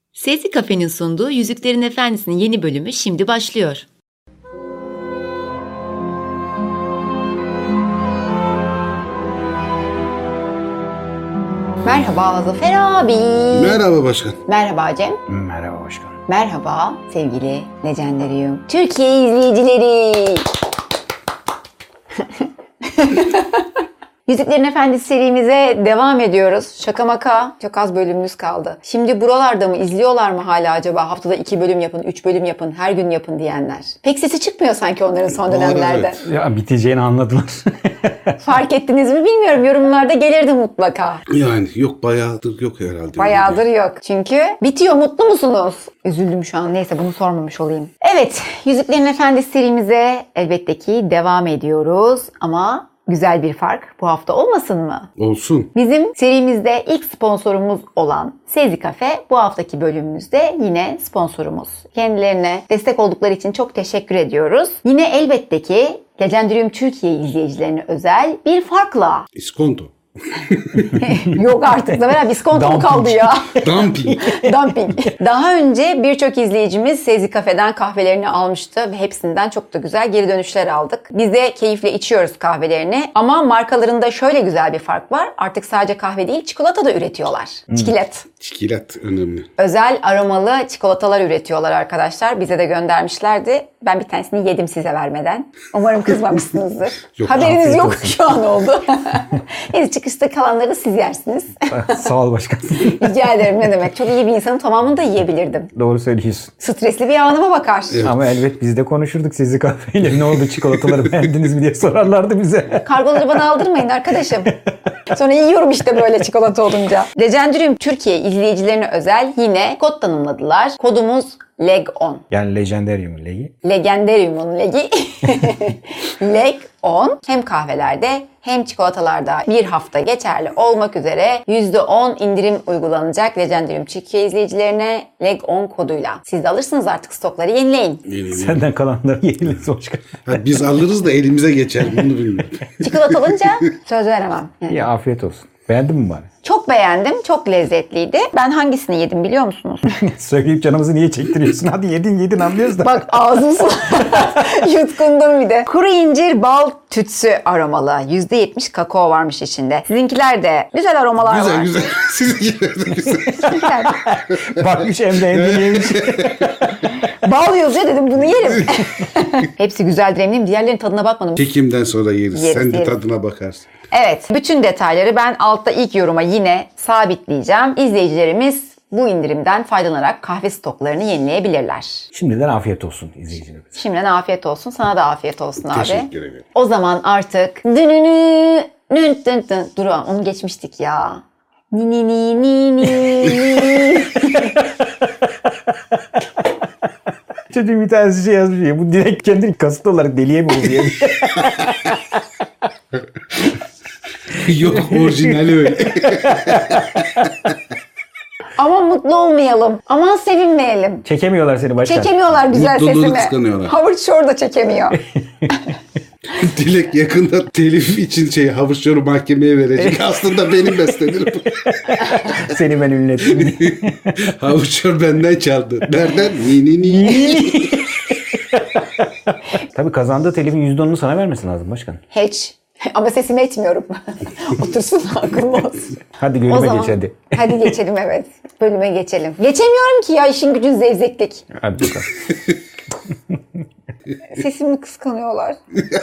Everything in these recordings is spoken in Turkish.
Sezgi Kafe'nin sunduğu Yüzüklerin Efendisi'nin yeni bölümü şimdi başlıyor. Merhaba Zafer abi. Merhaba başkan. Merhaba Cem. Merhaba başkan. Merhaba sevgili Legendarium Türkiye izleyicileri. Yüzüklerin Efendisi serimize devam ediyoruz. Şaka maka çok az bölümümüz kaldı. Şimdi buralarda mı izliyorlar mı hala acaba? Haftada 2 bölüm yapın, 3 bölüm yapın, her gün yapın diyenler. Pek sesi çıkmıyor sanki onların son dönemlerde. Evet. Ya biteceğini anladılar. Fark ettiniz mi bilmiyorum. Yorumlarda gelirdi mutlaka. Yani yok bayağıdır yok herhalde. Bayağıdır yok. Çünkü bitiyor. Mutlu musunuz? Üzüldüm şu an. Neyse bunu sormamış olayım. Evet. Yüzüklerin Efendisi serimize elbette ki devam ediyoruz. Ama güzel bir fark bu hafta olmasın mı? Olsun. Bizim serimizde ilk sponsorumuz olan Sezgi Kafe bu haftaki bölümümüzde yine sponsorumuz. Kendilerine destek oldukları için çok teşekkür ediyoruz. Yine elbette ki Legendarium Türkiye izleyicilerine özel bir farkla. İskonto. Yok artık Zafer abi iskonto mu kaldı ya? Dumping. Dumping. Daha önce birçok izleyicimiz Sezgi Kafe'den kahvelerini almıştı ve hepsinden çok da güzel geri dönüşler aldık. Biz de keyifle içiyoruz kahvelerini ama markalarında şöyle güzel bir fark var. Artık sadece kahve değil çikolata da üretiyorlar. Çikolat. Çikolat önemli. Özel aromalı çikolatalar üretiyorlar arkadaşlar. Bize de göndermişlerdi. Ben bir tanesini yedim size vermeden. Umarım kızmamışsınızdır. Yok, Haberiniz afiyet yok olsun. şu an oldu. Neyse çıkışta kalanları siz yersiniz. Sağ ol başkan. Rica ederim ne demek. Çok iyi bir insanın tamamını da yiyebilirdim. Doğru söylüyorsun. Stresli bir anıma bakar. Ama elbet biz de konuşurduk sizi kahveyle. Ne oldu çikolataları beğendiniz mi diye sorarlardı bize. Kargoları bana aldırmayın arkadaşım. Sonra yiyorum işte böyle çikolata olunca. Legendarium Türkiye izleyicilerine özel yine kod tanımladılar. Kodumuz LEG10. Yani Legendarium legi. Legendarium'un legi. LEG10 hem kahvelerde hem çikolatalarda bir hafta geçerli olmak üzere %10 indirim uygulanacak Legendarium Türkiye izleyicilerine LEG10 koduyla. Siz de alırsınız artık stokları yenileyin. Senden kalanları yiyebiliriz başkan. Ha, biz alırız da elimize geçer bunu bilmiyorum. Çikolata alınca söz veremem. Yani Ya afiyet olsun. Beğendin mi bari? çok beğendim. Çok lezzetliydi. Ben hangisini yedim biliyor musunuz? Söyleyip canımızı niye çektiriyorsun? Hadi yedin anlıyoruz da. Bak ağzım yutkundum bir de. Kuru incir bal tütsü aromalı. %70 kakao varmış içinde. Sizinkiler de güzel aromalar var. Güzel güzel. Sizinkiler de güzel. Güzel. Bakmış hem beğendiğini yemiş. Bal yazıyor dedim bunu yerim. Hepsi güzeldir eminim. Diğerlerinin tadına bakmadım. Çekimden sonra yeriz. Yeriz, Sen de yeriz. tadına bakarsın. Evet. Bütün detayları ben altta ilk yoruma yine sabitleyeceğim. İzleyicilerimiz bu indirimden faydalanarak kahve stoklarını yenileyebilirler. Şimdiden afiyet olsun izleyicilerimize. Şimdiden afiyet olsun. Sana da afiyet olsun abi. Teşekkür ederim. O zaman artık dur onu geçmiştik ya. Ni ni ni ni ni. Çocuğun bir tanesi şey yazmış ya. Bu direkt kendini kasıt olarak deliye mi oluyor? Yok orijinali öyle. Aman mutlu olmayalım. Aman sevinmeyelim. Çekemiyorlar seni başkan. Çekemiyorlar güzel Mutluluğunu sesimi. kıskanıyorlar. Howard Shore da çekemiyor. Dilek yakında telif için havuçları mahkemeye verecek. Aslında benim bestelerim. Seni ben ünlettim. Havuçlar benden çaldı. Nereden? Ni. Tabii kazandığı telifin %10'unu sana vermesi lazım başkan. Hiç. Ama sesimi etmiyorum. Otursun akıllı olsun. Hadi O bölüme zaman geç hadi. hadi geçelim evet. Bölüme geçelim. Geçemiyorum ki ya işin gücün zevzeklik. Hadi bakalım. Sesimi kıskanıyorlar.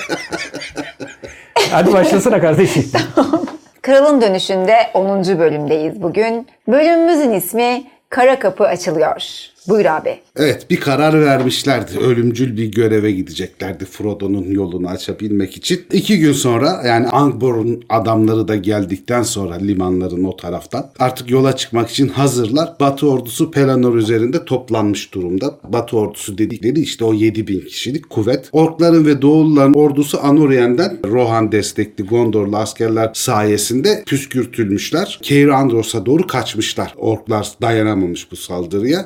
Hadi başlasana kardeşim. Kralın Dönüşü'nde 10. bölümdeyiz bugün. Bölümümüzün ismi Kara Kapı Açılıyor. Buyur abi. Evet bir karar vermişlerdi. Ölümcül bir göreve gideceklerdi Frodo'nun yolunu açabilmek için. 2 gün sonra yani Angbor'un adamları da geldikten sonra limanların o taraftan artık yola çıkmak için hazırlar. Batı ordusu Pelennor üzerinde toplanmış durumda. Batı ordusu dedikleri işte o 7.000 kişilik kuvvet. Orkların ve Doğulluların ordusu Anurien'den Rohan destekli Gondorlu askerler sayesinde püskürtülmüşler. Keir Andros'a doğru kaçmışlar. Orklar dayanamamış bu saldırıya ve güneyde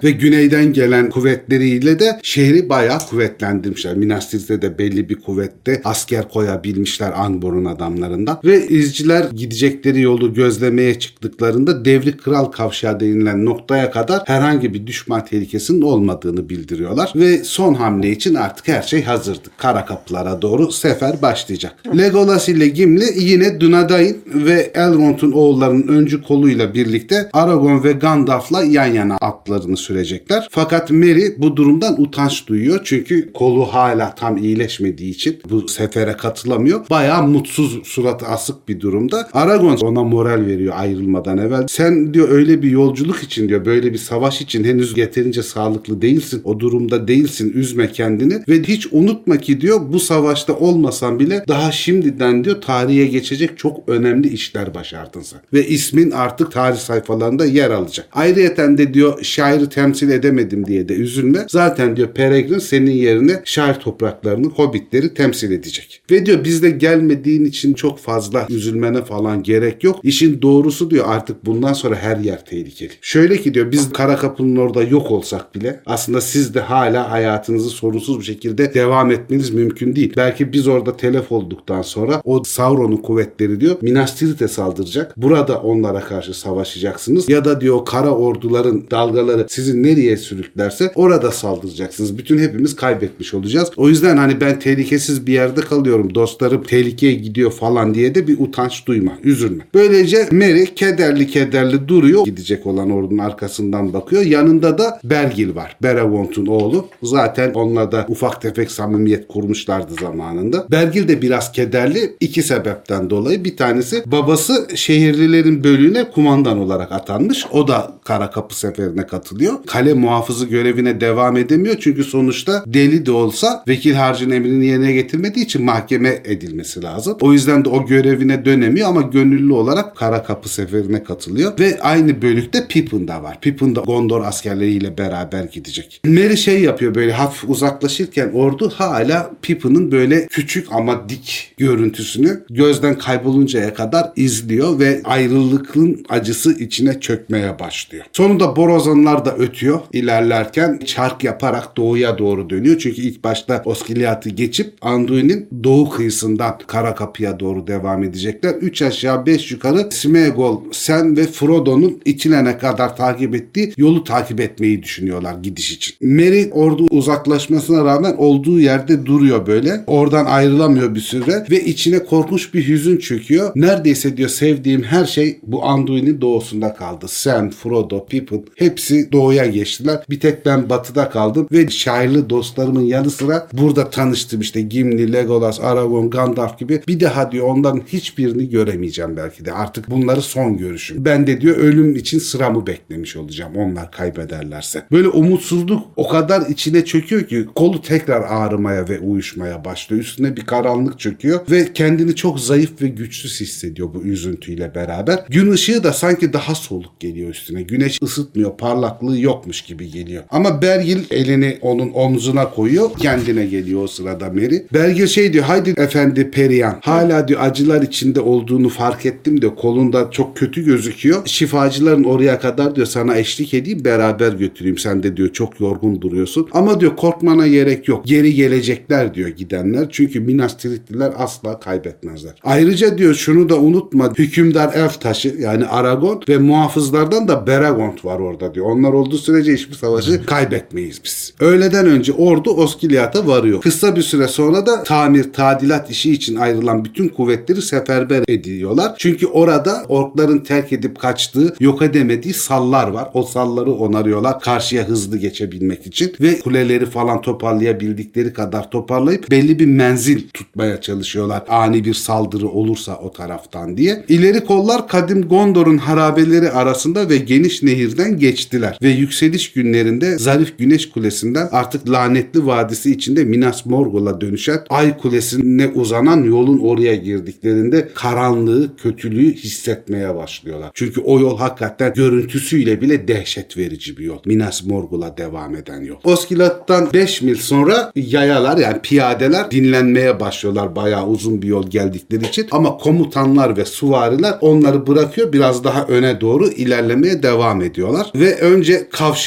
güneyden gelen kuvvetleriyle de şehri bayağı kuvvetlendirmişler. Minas Tirith'e de belli bir kuvvette asker koyabilmişler Angbor'un adamlarından. Ve izciler gidecekleri yolu gözlemeye çıktıklarında Devri Kral Kavşağı denilen noktaya kadar herhangi bir düşman tehlikesinin olmadığını bildiriyorlar. Ve son hamle için artık her şey hazırdı. Kara kapılara doğru sefer başlayacak. Legolas ile Gimli yine Dunedain ve Elrond'un oğullarının öncü koluyla birlikte Aragorn ve Gandalf'la yan yana atlarını sürecekler. Fakat Merry bu durumdan utanç duyuyor. Çünkü kolu hala tam iyileşmediği için bu sefere katılamıyor. Bayağı mutsuz, suratı asık bir durumda. Aragorn ona moral veriyor ayrılmadan evvel. Sen diyor öyle bir yolculuk için diyor, böyle bir savaş için henüz yeterince sağlıklı değilsin. O durumda değilsin. Üzme kendini ve hiç unutma ki diyor bu savaşta olmasan bile daha şimdiden diyor tarihe geçecek çok önemli işler başardın sen. Ve ismin artık tarih sayfalarında yer alacak. Ayrıyeten de diyor şairi temsil edemedim diye de üzülme. Zaten diyor Peregrin senin yerine şair topraklarını, hobbitleri temsil edecek. Ve diyor bizde gelmediğin için çok fazla üzülmene falan gerek yok. İşin doğrusu diyor artık bundan sonra her yer tehlikeli. Şöyle ki diyor biz Karakapı'nın orada yok olsak bile aslında siz de hala hayatınızı sorunsuz bir şekilde devam etmeniz mümkün değil. Belki biz orada telef olduktan sonra o Sauron'un kuvvetleri diyor Minas Tirith'e saldıracak. Burada onlara karşı savaşacaksınız. Ya da diyor kara orduların dalgaları sizi nereye sürüklerse orada saldıracaksınız. Bütün hepimiz kaybetmiş olacağız. O yüzden hani ben tehlikesiz bir yerde kalıyorum. Dostlarım tehlikeye gidiyor falan diye de bir utanç duyma. Üzülme. Böylece Merry kederli duruyor. Gidecek olan ordunun arkasından bakıyor. Yanında da Bergil var. Beregond'un oğlu. Zaten onunla da ufak tefek samimiyet kurmuşlardı zamanında. Bergil de biraz kederli. İki sebepten dolayı. Bir tanesi babası şehirlilerin bölüğüne kumandan olarak atanmış. O da Karakapı seferine katılıyor. Kale muhafızı görevine devam edemiyor. Çünkü sonuçta deli de olsa vekil harcın emrini yerine getirmediği için mahkeme edilmesi lazım. O yüzden de o görevine dönemiyor ama gönüllü olarak Karakapı seferine katılıyor. Ve aynı bölükte Pippin de var. Pippin de Gondor askerleriyle beraber gidecek. Merry yapıyor böyle hafif uzaklaşırken ordu hala Pippin'in böyle küçük ama dik görüntüsünü gözden kayboluncaya kadar izliyor ve ayrılıkın acısı içine çökmeye başlıyor. Sonunda borazanlar da ötüyor. İlerlerken çark yaparak doğuya doğru dönüyor. Çünkü ilk başta Osgiliath'ı geçip Anduin'in doğu kıyısından Karakapı'ya doğru devam edecekler. 3 aşağı 5 yukarı Smeagol, Sam ve Frodo'nun içilene kadar takip ettiği yolu takip etmeyi düşünüyorlar gidiş için. Merry ordu uzaklaşmasına rağmen olduğu yerde duruyor böyle. Oradan ayrılamıyor bir süre ve içine korkunç bir hüzün çöküyor. Neredeyse diyor sevdiğim her şey bu Anduin'in doğusunda kaldı. Sam, Frodo, Pippin hepsi doğuya geçtiler. Bir tek ben batıda kaldım ve şairli dostlarımın yanı sıra burada tanıştım işte Gimli, Legolas, Aragorn, Gandalf gibi. Bir daha diyor onların hiçbirini göremeyeceğim belki de. Artık bunları son görüşüm. Ben de diyor ölüm için sıramı beklemiş olacağım onlar kaybederlerse. Böyle umutsuzluk o kadar içine çöküyor ki kolu tekrar ağrımaya ve uyuşmaya başlıyor. Üstüne bir karanlık çöküyor ve kendini çok zayıf ve güçsüz hissediyor bu üzüntüyle beraber. Gün ışığı da sanki daha soluk geliyor üstüne. Güneş ısıtmıyor, parlaklığı yokmuş gibi geliyor. Ama Bergil elini onun omzuna koyuyor. Kendine geliyor o sırada Merry. Bergil diyor haydi efendi Perihan. Hala diyor acılar içinde olduğunu fark ettim diyor. Kolunda çok kötü gözüküyor. Şifacıların oraya kadar diyor sana eşlik edeyim beraber götüreyim. Sen de diyor çok yorgun duruyorsun. Ama diyor korkmana gerek yok. Geri gelecekler diyor gidenler. Çünkü Minas Tirithliler asla kaybetmezler. Ayrıca diyor şunu da unutma. Hükümdar elf taşı yani Aragorn ve muhafızlardan da Beregond var orada diyor. Onlar olduğu sürece hiçbir savaşı kaybetmeyiz biz. Öğleden önce ordu Osgiliath'a varıyor. Kısa bir süre sonra da tamir, tadilat işi için ayrılan bütün kuvvetleri seferber ediyorlar. Çünkü orada orkların terk edip kaçtığı, yok edemediği sallar var. O salları onarıyorlar karşıya hızlı geçebilmek için ve kuleleri falan toparlayabildikleri kadar toparlayıp belli bir menzil tutmaya çalışıyorlar. Ani bir saldırı olursa o taraftan diye. İleri kollar kadim Gondor'un harabeleri arasında ve geniş nehirden geçtiler ve yükseliş günlerinde zarif güneş kulesinden artık lanetli vadisi içinde Minas Morgul'a dönüşen Ay Kulesi'ne uzanan yolun oraya girdiklerinde karanlığı, kötülüğü hissetmeye başlıyorlar. Çünkü o yol hakikaten görüntüsüyle bile dehşet verici bir yol. Minas Morgul'a devam eden yol. Osgiliath'tan 5 mil sonra yayalar yani piyadeler dinlenmeye başlıyorlar bayağı uzun bir yol geldikleri için ama komutanlar ve süvariler onları bırakıyor biraz daha öne doğru ilerlemeye devam ediyorlar ve önce kavşağa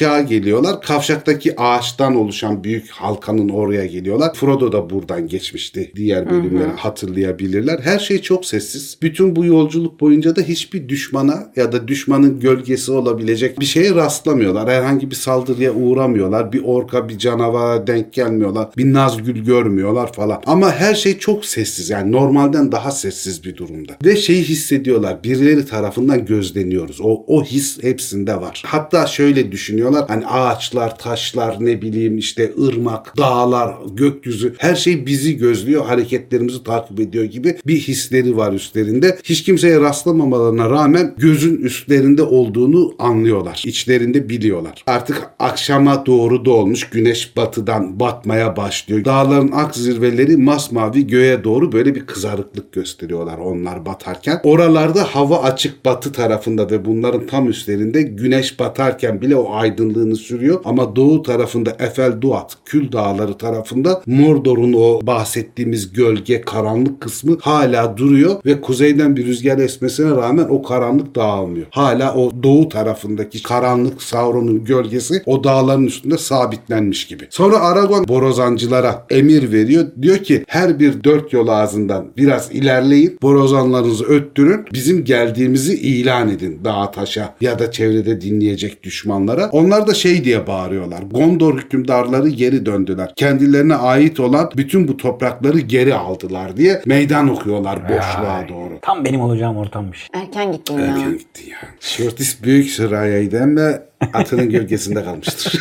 kavşağa geliyorlar. Kavşaktaki ağaçtan oluşan büyük halkanın oraya geliyorlar. Frodo da buradan geçmişti. Diğer bölümleri hatırlayabilirler. Her şey çok sessiz. Bütün bu yolculuk boyunca da hiçbir düşmana ya da düşmanın gölgesi olabilecek bir şeye rastlamıyorlar. Herhangi bir saldırıya uğramıyorlar. Bir orka, bir canavara denk gelmiyorlar. Bir Nazgül görmüyorlar falan. Ama her şey çok sessiz. Yani normalden daha sessiz bir durumda. Ve şeyi hissediyorlar. Birileri tarafından gözleniyoruz. O his hepsinde var. Hatta şöyle düşünüyorlar. Hani ağaçlar, taşlar, ne bileyim işte ırmak, dağlar, gökyüzü, her şey bizi gözlüyor. Hareketlerimizi takip ediyor gibi bir hisleri var üstlerinde. Hiç kimseye rastlamamalarına rağmen gözün üstlerinde olduğunu anlıyorlar. İçlerinde biliyorlar. Artık akşama doğru doğmuş. Güneş batıdan batmaya başlıyor. Dağların ak zirveleri masmavi göğe doğru böyle bir kızarıklık gösteriyorlar onlar batarken. Oralarda hava açık batı tarafında ve bunların tam üstlerinde güneş batarken bile o aydınlığını sürüyor. Ama doğu tarafında Efel-Duat, Kül Dağları tarafında Mordor'un o bahsettiğimiz gölge, karanlık kısmı hala duruyor ve kuzeyden bir rüzgar esmesine rağmen o karanlık dağılmıyor. Hala o doğu tarafındaki karanlık Sauron'un gölgesi o dağların üstünde sabitlenmiş gibi. Sonra Aragorn borazancılara emir veriyor. Diyor ki her bir dört yol ağzından biraz ilerleyin. Borazanlarınızı öttürün. Bizim geldiğimizi ilan edin dağa taşa ya da çevrede dinleyecek düşmanlara. Onlar da şey diye bağırıyorlar. Gondor hükümdarları geri döndüler. Kendilerine ait olan bütün bu toprakları geri aldılar diye meydan okuyorlar boşluğa doğru. Tam benim olacağım ortammış. Erken gittin ya. Erken gitti ya. Şortis büyük sırayaydı ama atının gölgesinde kalmıştır.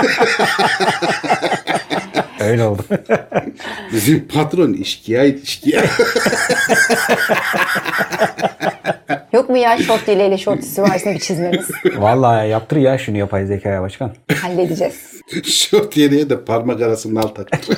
Öyle oldu. Bizim patron işkiyaydı işkiya. Yok mu ya şort dileğiyle şort süvarisini bir çizmemiz? Vallahi yaptır ya şunu yapay zekaya başkan. Halledeceğiz. Şort yediye de parmak arasının alt taktır.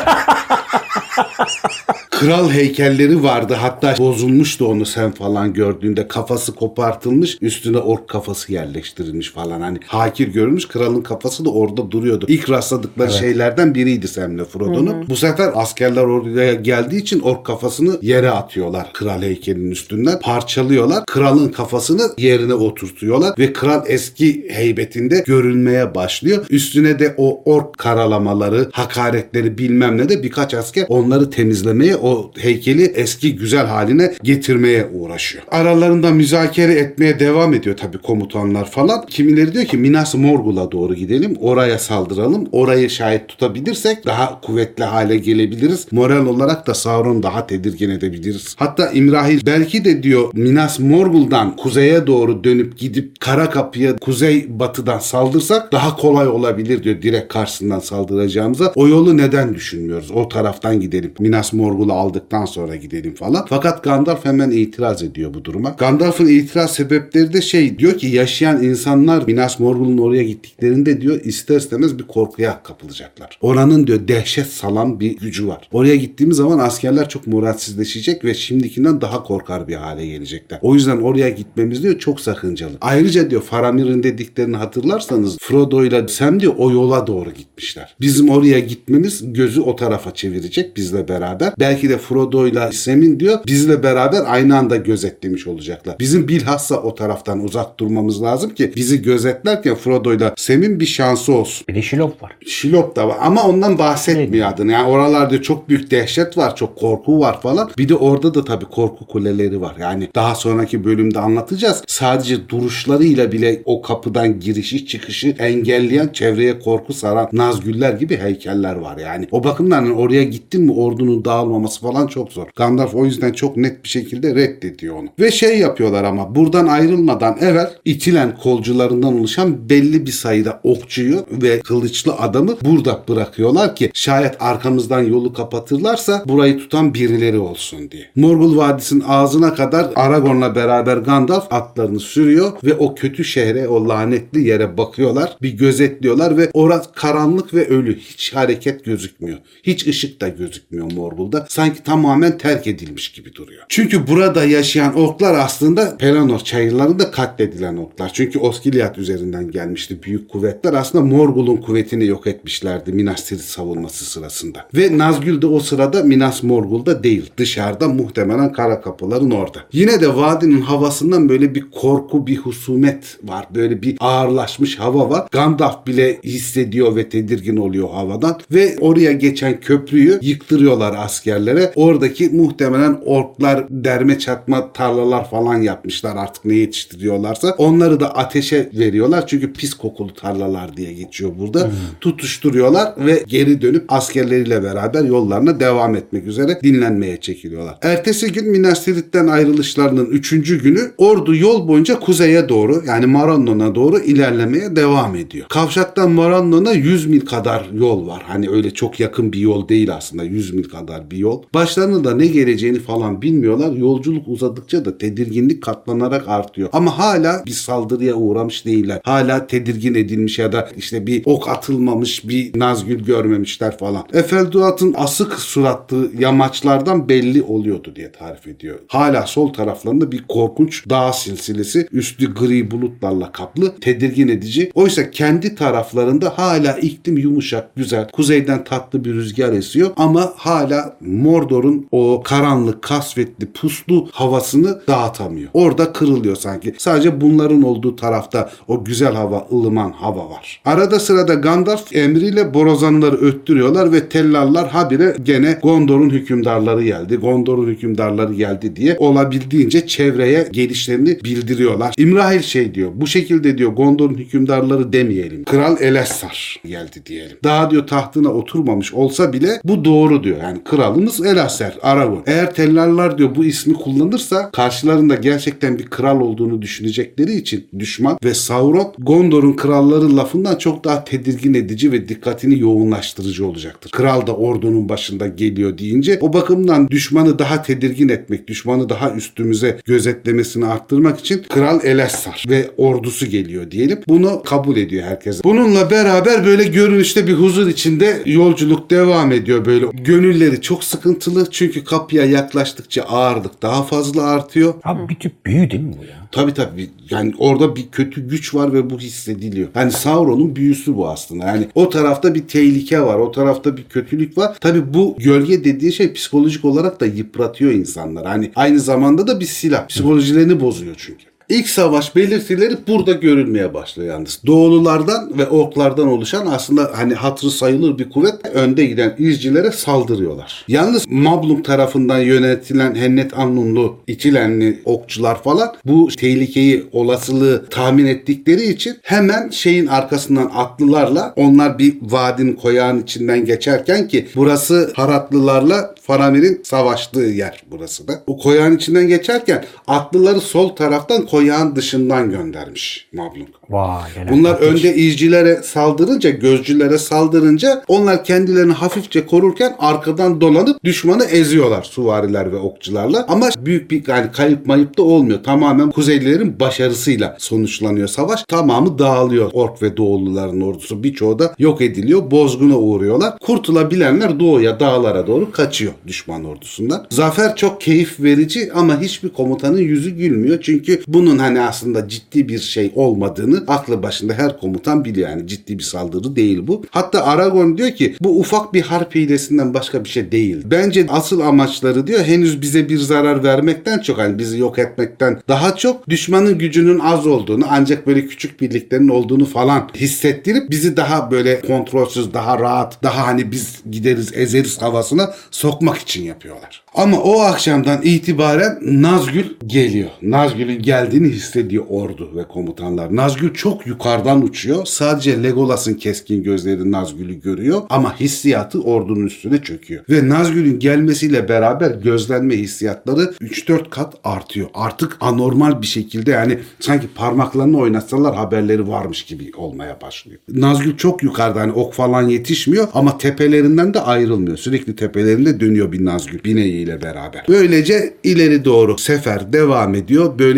Kral heykelleri vardı. Hatta bozulmuştu onu sen falan gördüğünde. Kafası kopartılmış. Üstüne ork kafası yerleştirilmiş falan. Hani hakir görülmüş. Kralın kafası da orada duruyordu. İlk rastladıkları şeylerden biriydi Sam'le Frodo'nun. Bu sefer askerler oraya geldiği için ork kafasını yere atıyorlar. Kral heykelinin üstünden. Parçalıyorlar. Kralın kafasını yerine oturtuyorlar. Ve kral eski heybetinde görülmeye başlıyor. Üstüne de o ork karalamaları, hakaretleri bilmem ne de birkaç asker onları temizlemeye, o heykeli eski güzel haline getirmeye uğraşıyor. Aralarında müzakere etmeye devam ediyor tabii komutanlar falan. Kimileri diyor ki Minas Morgul'a doğru gidelim. Oraya saldıralım. Orayı şayet tutabilirsek daha kuvvetli hale gelebiliriz. Moral olarak da Sauron'u daha tedirgin edebiliriz. Hatta İmrahil belki de diyor Minas Morgul'dan kuzeye doğru dönüp gidip Kara Kapı'ya kuzey batıdan saldırsak daha kolay olabilir diyor direkt karşısından saldıracağımıza. O yolu neden düşünmüyoruz? O taraftan gidelim. Minas Morgul'u aldıktan sonra gidelim falan. Fakat Gandalf hemen itiraz ediyor bu duruma. Gandalf'ın itiraz sebepleri de diyor ki yaşayan insanlar Minas Morgul'un oraya gittiklerinde diyor ister istemez bir korkuya kapılacaklar. Oranın diyor dehşet salan bir gücü var. Oraya gittiğimiz zaman askerler çok moralsizleşecek ve şimdikinden daha korkar bir hale gelecekler. O yüzden oraya gitmemiz diyor çok sakıncalı. Ayrıca diyor Faramir'in dediklerini hatırlarsanız Frodo ile Sam diyor o yola doğru gitmişler. Bizim oraya gitmemiz gözü o tarafa çevirecek bizle beraber. Belki de Frodo ile Sam'in diyor bizle beraber aynı anda gözetlemiş olacaklar. Bizim bilhassa o taraftan uzak durmamız lazım ki bizi gözetlerken Frodo ile Sam'in bir şansı olsun. Bir de Şilop var. Şilop da var ama ondan bahsetmiyor adını. Yani oralarda çok büyük dehşet var, çok korku var falan. Bir de orada da tabii korku kuleleri var. Yani daha sonraki bölümde anlatacağız. Sadece duruşlarıyla bile o kapıdan girişi çıkışı engelleyen, çevreye korku saran Nazgüller gibi heykeller var yani. O bakımdan oraya gittin mi ordunun dağılmaması falan çok zor. Gandalf o yüzden çok net bir şekilde reddediyor onu. Ve yapıyorlar ama buradan ayrılmadan evvel itilen kolcularından oluşan belli bir sayıda okçuyu ve kılıçlı adamı burada bırakıyorlar ki şayet arkamızdan yolu kapatırlarsa burayı tutan birileri olsun diye. Morgul Vadisi'nin ağzına kadar Aragorn'la beraber Gandalf atlarını sürüyor ve o kötü şehre, o lanetli yere bakıyorlar. Bir gözetliyorlar ve orası karanlık ve ölü. Hiç hareket gözükmüyor. Hiç ışık da gözükmüyor Morgul'da. sanki tamamen terk edilmiş gibi duruyor. Çünkü burada yaşayan orklar aslında Pelennor çayırlarında katledilen orklar. Çünkü Osgiliath üzerinden gelmişti büyük kuvvetler. Aslında Morgul'un kuvvetini yok etmişlerdi Minas Tirith savunması sırasında. Ve Nazgûl de o sırada Minas Morgul'da değil. Dışarıda, muhtemelen kara kapıların orada. Yine de vadinin havasından böyle bir korku, bir husumet var. Böyle bir ağırlaşmış hava var. Gandalf bile hissediyor ve tedirgin oluyor havadan. Ve oraya geçen köprüyü yıktırıyorlar askerlere. Oradaki muhtemelen orklar derme çatma tarlalar falan yapmışlar. Artık ne yetiştiriyorlarsa. Onları da ateşe veriyorlar. Çünkü pis kokulu tarlalar diye geçiyor burada. Tutuşturuyorlar ve geri dönüp askerleriyle beraber yollarına devam etmek üzere dinlenmeye çekiliyorlar. Ertesi gün Minas Tirith'ten ayrılışlarının 3. günü ordu yol boyunca kuzeye doğru, yani Marannon'a doğru ilerlemeye devam ediyor. Kavşaktan Marannon'a 100 mil kadar yol var. Hani öyle çok yakın bir yol değil aslında. 100 mil kadar bir yol. Başlarına da ne geleceğini falan bilmiyorlar. Yolculuk uzadıkça da tedirginlik katlanarak artıyor. Ama hala bir saldırıya uğramış değiller. Hala tedirgin edilmiş ya da işte bir ok atılmamış, bir Nazgûl görmemişler falan. Efelduat'ın asık suratlı yamaçlardan belli oluyordu diye tarif ediyor. Hala sol taraflarında bir korkunç dağ silsilesi, üstü gri bulutlarla kaplı, tedirgin edici. Oysa kendi taraflarında hala iklim yumuşak, güzel. Kuzeyden tatlı bir rüzgar esiyor ama hala Mordor'un o karanlık, kasvetli, puslu havasını dağıtamıyor. Orada kırılıyor sanki. Sadece bunların olduğu tarafta o güzel hava, ılıman hava var. Arada sırada Gandalf emriyle borazanları öttürüyorlar ve tellallar habire gene Gondor'un hükümdarları geldi. Gondor'un hükümdarları geldi diye olabildiğince çevreye gelişlerini bildiriyorlar. İmrahil şey diyor. Bu şekilde diyor Gondor'un hükümdarları demeyelim. Kral Elessar geldi diyelim. Daha diyor tahtına oturmamış olsa bile bu doğru diyor. Yani kralımız Elessar, Aragorn. Eğer tellallar diyor bu ismi kullanırsa karşılarında gerçekten bir kral olduğunu düşünecekleri için düşman ve Sauron Gondor'un kralları lafından çok daha tedirgin edici ve dikkatini yoğunlaştırıcı olacaktır. Kral da ordunun başında geliyor deyince o bakımdan düşmanı daha tedirgin etmek, düşmanı daha üstümüze gözetlemesini arttırmak için Kral Elessar ve ordusu geliyor diyelim. Bunu kabul ediyor herkes. Bununla beraber böyle görünüşte bir huzur içinde yolculuk devam ediyor böyle. Gönülleri çok sıkıntılı çünkü kapıya yaklaştıkça ağırlık daha fazla artıyor. Abi bir tip büyü değil mi bu ya? Tabii. Yani orada bir kötü güç var ve bu hissediliyor. Yani Sauron'un büyüsü bu aslında. Yani o tarafta bir tehlike var. O tarafta bir kötülük var. Tabii bu gölge dediği şey psikolojik olarak da yıpratıyor insanlar. Hani aynı zamanda da bir silah. Psikolojilerini bozuyor çünkü. İlk savaş belirtileri burada görülmeye başlıyor yalnız. Doğululardan ve orklardan oluşan aslında hani hatırı sayılır bir kuvvet önde giden izcilere saldırıyorlar. Yalnız Mablung tarafından yönetilen Hennet Annunlu, İkilenli okçular falan bu tehlikeyi, olasılığı tahmin ettikleri için hemen şeyin arkasından atlılarla onlar bir vadinin koyağın içinden geçerken ki burası Haratlılarla Faramir'in savaştığı yer burası da. O koyağın içinden geçerken atlıları sol taraftan koyağın dışından göndermiş Mablung. Vay, bunlar önde izcilere saldırınca, gözcülere saldırınca onlar kendilerini hafifçe korurken arkadan dolanıp düşmanı eziyorlar süvariler ve okçularla. Ama büyük bir yani kayıp mayıp da olmuyor. Tamamen Kuzeylilerin başarısıyla sonuçlanıyor savaş. Tamamı dağılıyor ork ve doğulluların ordusu. Birçoğu da yok ediliyor. Bozguna uğruyorlar. Kurtulabilenler doğuya, dağlara doğru kaçıyor düşman ordusundan. Zafer çok keyif verici ama hiçbir komutanın yüzü gülmüyor. Çünkü bunun hani aslında ciddi bir şey olmadığını aklı başında her komutan biliyor. Yani ciddi bir saldırı değil bu. Hatta Aragorn diyor ki bu ufak bir harp hilesinden başka bir şey değil. Bence asıl amaçları diyor henüz bize bir zarar vermekten çok hani bizi yok etmekten daha çok düşmanın gücünün az olduğunu ancak böyle küçük birliklerin olduğunu falan hissettirip bizi daha böyle kontrolsüz, daha rahat, daha hani biz gideriz ezeriz havasına sokmak için yapıyorlar. Ama o akşamdan itibaren Nazgûl geliyor. Nazgûl'ün geldiğini hissediyor ordu ve komutanlar. Nazgûl çok yukarıdan uçuyor. Sadece Legolas'ın keskin gözleri Nazgûl'ü görüyor ama hissiyatı ordunun üstüne çöküyor. Ve Nazgûl'ün gelmesiyle beraber gözlenme hissiyatları 3-4 kat artıyor. Artık anormal bir şekilde yani sanki parmaklarını oynatsalar haberleri varmış gibi olmaya başlıyor. Nazgûl çok yukarıda hani ok falan yetişmiyor ama tepelerinden de ayrılmıyor. Sürekli tepelerinde dönüyor bir Nazgûl bineğiyle beraber. Böylece ileri doğru sefer devam ediyor. Böyle bir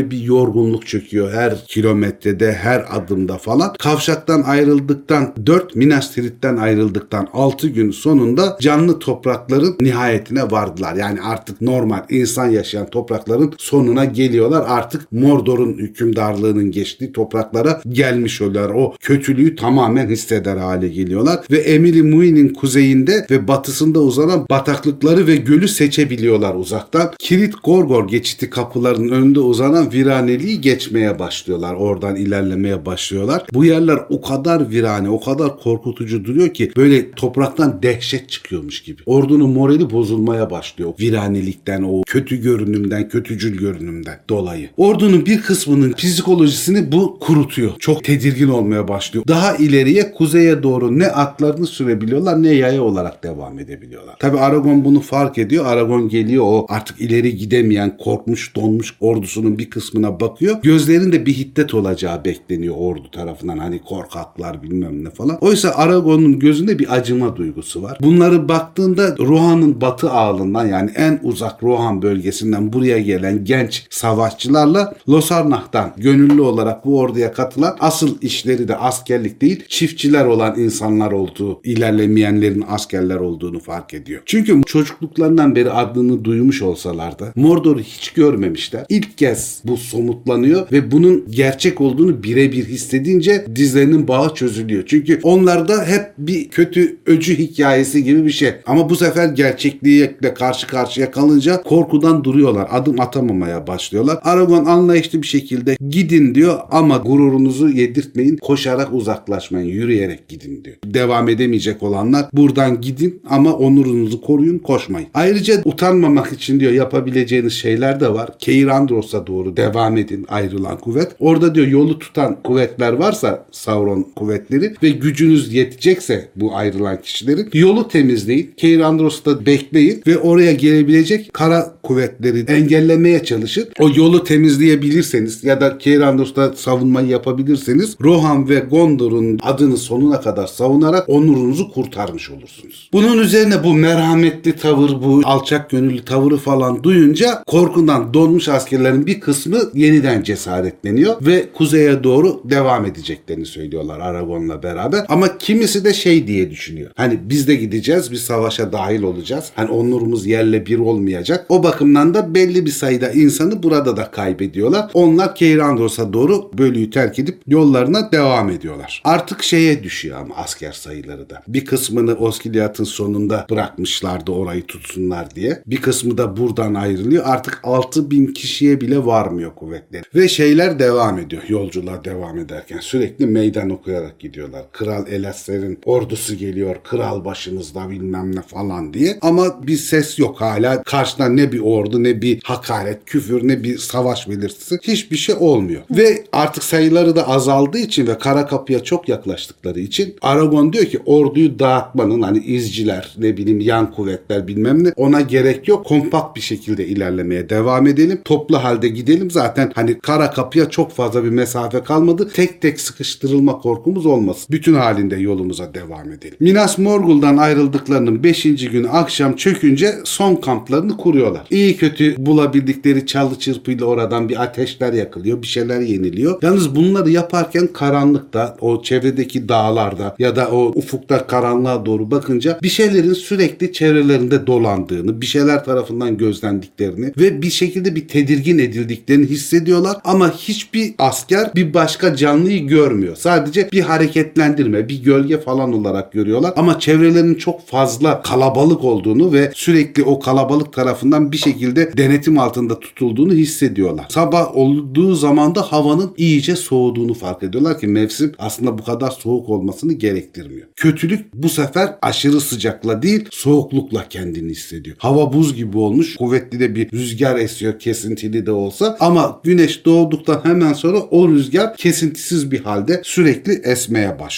yorgunluk çöküyor her kilometrede, her adımda falan. Kavşaktan ayrıldıktan 4 Minas Tirith'ten ayrıldıktan 6 gün sonunda canlı toprakların nihayetine vardılar. Yani artık normal insan yaşayan toprakların sonuna geliyorlar. Artık Mordor'un hükümdarlığının geçtiği topraklara gelmiş oluyorlar. O kötülüğü tamamen hisseder hale geliyorlar ve Emily Muin'in kuzeyinde ve batısında uzanan bataklıkları ve gölü seçebiliyorlar uzaktan. Kilit Gorgor geçiti kapılarının önünde uzanan viraneliği geçmeye başlıyorlar. Oradan ilerlemeye başlıyorlar. Bu yerler o kadar virane, o kadar korkutucu duruyor ki böyle topraktan dehşet çıkıyormuş gibi. Ordunun morali bozulmaya başlıyor. Viranelikten, o kötü görünümden, kötücül görünümden dolayı. Ordunun bir kısmının psikolojisini bu kurutuyor. Çok tedirgin olmaya başlıyor. Daha ileriye, kuzeye doğru ne atlarını sürebiliyorlar ne yaya olarak devam edebiliyorlar. Tabi Aragorn bunu fark ediyor. Aragorn geliyor, o artık ileri gidemeyen, korkmuş, donmuş ordusunun bir kısmına bakıyor. Gözlerinde bir hiddet olacağı bekleniyor ordu tarafından. Hani korkaklar bilmem ne falan. Oysa Aragorn'un gözünde bir acıma duygusu var. Bunları baktığında Rohan'ın batı ağlından, yani en uzak Rohan bölgesinden buraya gelen genç savaşçılarla Lotharnach'tan gönüllü olarak bu orduya katılan, asıl işleri de askerlik değil çiftçiler olan insanlar olduğu, ilerlemeyenlerin askerler olduğunu fark ediyor. Çünkü çocukluklarından beri adını duymuş olsalar da Mordor'u hiç görmemişler. İlk kez bu somutlanıyor ve bunun gerçek olduğunu birebir hissedince dizlerinin bağı çözülüyor. Çünkü onlarda hep bir kötü öcü hikayesi gibi bir şey. Ama bu sefer gerçekliğiyle karşı karşıya kalınca korkudan duruyorlar. Adım atamamaya başlıyorlar. Aragorn anlayışlı bir şekilde gidin diyor ama gururunuzu yedirtmeyin. Koşarak uzaklaşmayın. Yürüyerek gidin diyor. Devam edemeyecek olanlar buradan gidin ama onurunuzu koruyun, koşmayın. Ayrıca utanmamak için diyor yapabileceğiniz şeyler de var. Keir Andros'a doğru devam edin ayrılan kuvvet. Orada diyor yolu tutan kuvvetler varsa, Sauron kuvvetleri ve gücünüz yetecekse bu ayrılan kişilerin, yolu temizleyin. Keir Andros'ta bekleyin ve oraya gelebilecek kara kuvvetleri engellemeye çalışın. O yolu temizleyebilirseniz ya da Keir Andros'ta savunmayı yapabilirseniz Rohan ve Gondor'un adını sonuna kadar savunarak onurunuzu kurtarmış olursunuz. Bunun üzerine bu merhametli tavır, bu alçak gönüllü tavırı falan duyunca korkundan donmuş askerlerin bir kısmı yeniden cesaretleniyor ve kuzeye doğru devam edeceklerini söylüyorlar Aragorn'la beraber. Ama kimisi de şey diye düşünüyor. Hani biz de gideceğiz, bir savaşa dahil olacağız. Hani onurumuz yerle bir olmayacak. O bakımdan da belli bir sayıda insanı burada da kaybediyorlar. Onlar Keir Andros'a doğru bölüyü terk edip yollarına devam ediyorlar. Artık şeye düşüyor ama asker sayıları da. Bir kısmını Osgiliath'ın sonunda bırakmışlardı orayı tutsunlar diye. Bir kısmı da buradan ayrılıyor. Artık 6.000 kişiye bile varmıyor kuvvetleri. Ve şeyler devam ediyor. Yolculuğa devam ederken sürekli meydan okuyarak gidiyorlar. Kral Elasser'in ordusu geliyor. Kral başınızda bilmem ne falan diye. Ama bir ses yok hala. Karşıdan ne bir ordu, ne bir hakaret, küfür, ne bir savaş belirtisi. Hiçbir şey olmuyor. Ve artık sayıları da azaldığı için ve kara kapıya çok yaklaştıkları için Aragorn diyor ki orduyu dağıtmanın, hani izciler, ne bileyim yan kuvvetler bilmem ne, ona gerek yok. Kompakt bir şekilde ilerlemeye devam edelim. Toplu halde gidelim. Zaten hani kara kapıya çok fazla bir mesafe kalmadı. Tek tek sıkıştırılma korkumuz olmasın. Bütün halinde yolumuza devam edelim. Minas Morgul'dan ayrıldıklarının 5. günü akşam çökünce son kamplarını kuruyorlar. İyi kötü bulabildikleri çalı çırpıyla oradan bir ateşler yakılıyor. Bir şeyler yeniliyor. Yalnız bunları yaparken karanlıkta, o çevredeki dağlarda ya da o ufukta karanlığa doğru bakınca bir şeylerin sürekli çevrelerinde dolandığını, bir şeyler tarafından gözlendiklerini ve bir şekilde bir tedirgin edildiklerini hissediyorlar ama hiçbir asker bir başka canlıyı görmüyor. Sadece bir hareketlendirme, bir gölge falan olarak görüyorlar ama çevrelerinin çok fazla kalabalık olduğunu ve sürekli o kalabalık tarafından bir şekilde denetim altında tutulduğunu hissediyorlar. Sabah olduğu zaman da havanın iyice soğuduğunu fark ediyorlar ki mevsim aslında bu kadar soğuk olmasını gerektirmiyor. Kötülük bu sefer aşırı sıcakla değil, soğuklukla kendini hissediyor. Hava buz gibi olmuş, kuvvetli de bir rüzgar esiyor, kesintili de olsa ama güneş doğduktan hemen sonra o rüzgar kesintisiz bir halde sürekli esmeye başlıyor. Bu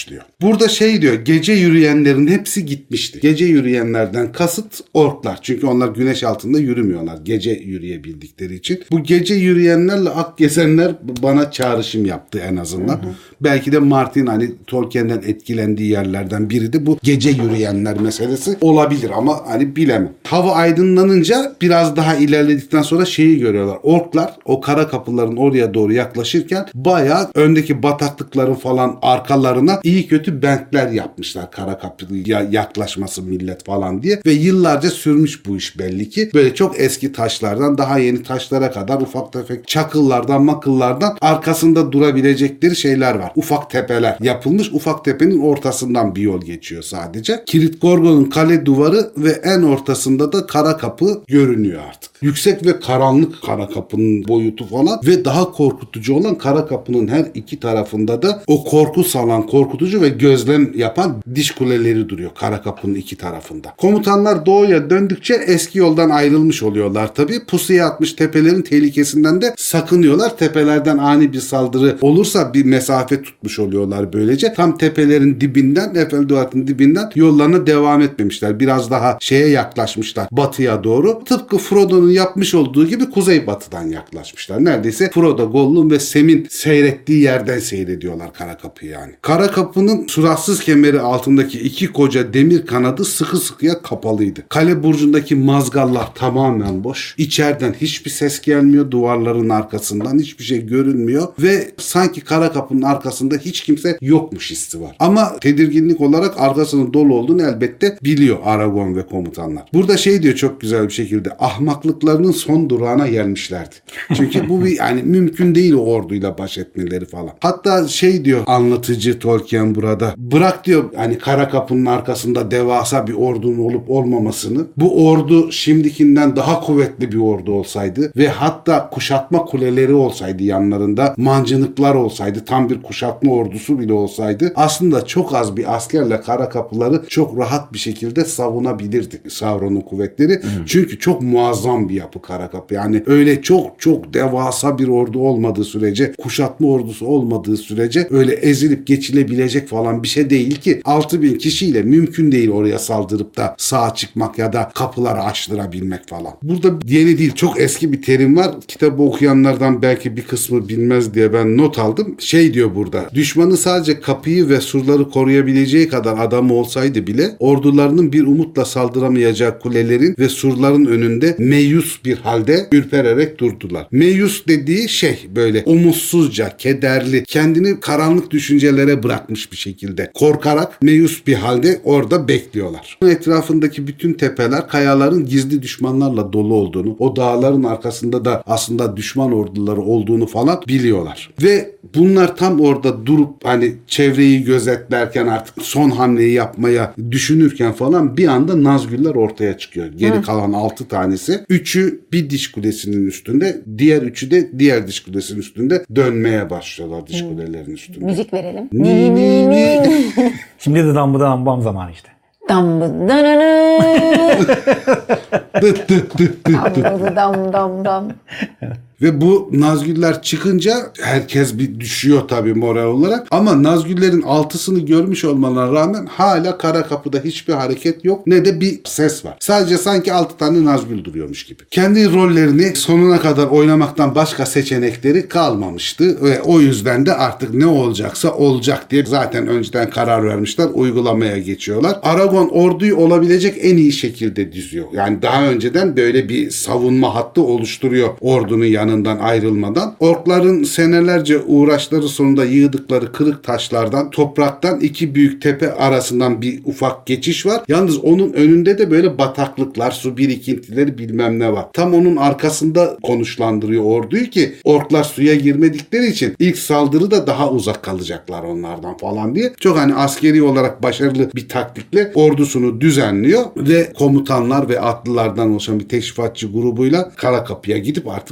Burada şey diyor, gece yürüyenlerin hepsi gitmişti. Gece yürüyenlerden kasıt orklar. Çünkü onlar güneş altında yürümüyorlar. Gece yürüyebildikleri için. Bu gece yürüyenlerle ak gezenler bana çağrışım yaptı en azından. Belki de Martin hani Tolkien'den etkilendiği yerlerden biri de bu gece yürüyenler meselesi olabilir ama hani bilemem. Hava aydınlanınca biraz daha ilerledikten sonra şeyi görüyorlar. Orklar o kara kapıların oraya doğru yaklaşırken bayağı öndeki bataklıkların falan arkalarına iyi kötü bentler yapmışlar. Kara kapıya yaklaşması millet falan diye ve yıllarca sürmüş bu iş belli ki. Böyle çok eski taşlardan daha yeni taşlara kadar ufak tefek çakıllardan makıllardan arkasında durabilecekleri şeyler var. Ufak tepeler yapılmış. Ufak tepenin ortasından bir yol geçiyor sadece. Kilit Gorgon'un kale duvarı ve en ortasında da kara kapı görünüyor artık. Yüksek ve karanlık kara kapının boyutu falan ve daha korkutucu olan kara kapının her iki tarafında da o korku salan, korkutucu ve gözlem yapan diş kuleleri duruyor kara kapının iki tarafında. Komutanlar doğuya döndükçe eski yoldan ayrılmış oluyorlar tabii. Pusuya atmış tepelerin tehlikesinden de sakınıyorlar. Tepelerden ani bir saldırı olursa bir mesafe tutmuş oluyorlar böylece. Tam tepelerin dibinden, Efelduat'ın dibinden yollarına devam etmemişler. Biraz daha şeye yaklaşmışlar. Batıya doğru. Tıpkı Frodo'nun yapmış olduğu gibi kuzeybatıdan yaklaşmışlar. Neredeyse Frodo, Gollum ve Sam'in seyrettiği yerden seyrediyorlar kara kapıyı yani. Kara kapının suratsız kemeri altındaki iki koca demir kanadı sıkı sıkıya kapalıydı. Kale burcundaki mazgallar tamamen boş. İçeriden hiçbir ses gelmiyor. Duvarların arkasından hiçbir şey görünmüyor ve sanki kara kapının arkasında hiç kimse yokmuş hissi var. Ama tedirginlik olarak arkasının dolu olduğunu elbette biliyor Aragorn ve komutanlar. Burada şey diyor çok güzel bir şekilde, ahmaklıklarının son durağına gelmişlerdi. Çünkü bu bir yani mümkün değil o orduyla baş etmeleri falan. Hatta şey diyor anlatıcı Tolkien burada, bırak diyor hani kara kapının arkasında devasa bir ordunun olup olmamasını, bu ordu şimdikinden daha kuvvetli bir ordu olsaydı ve hatta kuşatma kuleleri olsaydı yanlarında, mancınıklar olsaydı, tam bir kuşatma ordusu bile olsaydı aslında çok az bir askerle kara kapıları çok rahat bir şekilde savunabilirdi Sauron'un kuvvetleri. Çünkü çok muazzam bir yapı kara kapı. Yani öyle çok çok devasa bir ordu olmadığı sürece, kuşatma ordusu olmadığı sürece öyle ezilip geçilebilecek falan bir şey değil ki 6.000 kişiyle mümkün değil oraya saldırıp da sağa çıkmak ya da kapıları açtırabilmek falan. Burada yeni değil, çok eski bir terim var. Kitabı okuyanlardan belki bir kısmı bilmez diye ben not aldım. Şey diyor burada, düşmanı sadece kapıyı ve surları koruyabileceği kadar adamı olsaydı bile ordularının bir umutla saldıramayacağı kulelerin ve surların önünde meyus bir halde ürpererek durdular. Meyus dediği şey böyle umutsuzca, kederli, kendini karanlık düşüncelere bırakmış bir şekilde korkarak meyus bir halde orada bekliyorlar. Etrafındaki bütün tepeler kayaların gizli düşmanlarla dolu olduğunu, o dağların arkasında da aslında düşman orduları olduğunu falan biliyorlar. Ve bunlar tam orada durup hani çevreyi gözetlerken artık son hamleyi yapmaya düşünürken falan bir anda Nazgûl'ler ortaya çıkıyor. Geri kalan 6 tanesi. 3'ü bir diş kulesinin üstünde, diğer 3'ü de diğer diş kulesinin üstünde dönmeye başlıyorlar diş kulelerin üstünde. Müzik verelim. Şimdi de dambı dambam zamanı işte. Dam dananı. Dıt dıt dıt dıt dıt. Dam dam dam. Ve bu Nazgûl'ler çıkınca herkes bir düşüyor tabii moral olarak. Ama Nazgûl'lerin 6'sını görmüş olmalarına rağmen hala kara kapıda hiçbir hareket yok. Ne de bir ses var. Sadece sanki 6 tane Nazgûl duruyormuş gibi. Kendi rollerini sonuna kadar oynamaktan başka seçenekleri kalmamıştı. Ve o yüzden de artık ne olacaksa olacak diye zaten önceden karar vermişler. Uygulamaya geçiyorlar. Aragorn orduyu olabilecek en iyi şekilde düzüyor. Yani daha önceden böyle bir savunma hattı oluşturuyor ordunun yanından ayrılmadan. Orkların senelerce uğraşları sonunda yığdıkları kırık taşlardan, topraktan iki büyük tepe arasından bir ufak geçiş var. Yalnız onun önünde de böyle bataklıklar, su birikintileri bilmem ne var. Tam onun arkasında konuşlandırıyor orduyu ki orklar suya girmedikleri için ilk saldırı da daha uzak kalacaklar onlardan falan diye. Çok hani askeri olarak başarılı bir taktikle ordusunu düzenliyor ve komutanlar ve atlılardan oluşan bir teşrifatçı grubuyla Karakapı'ya gidip artık savaş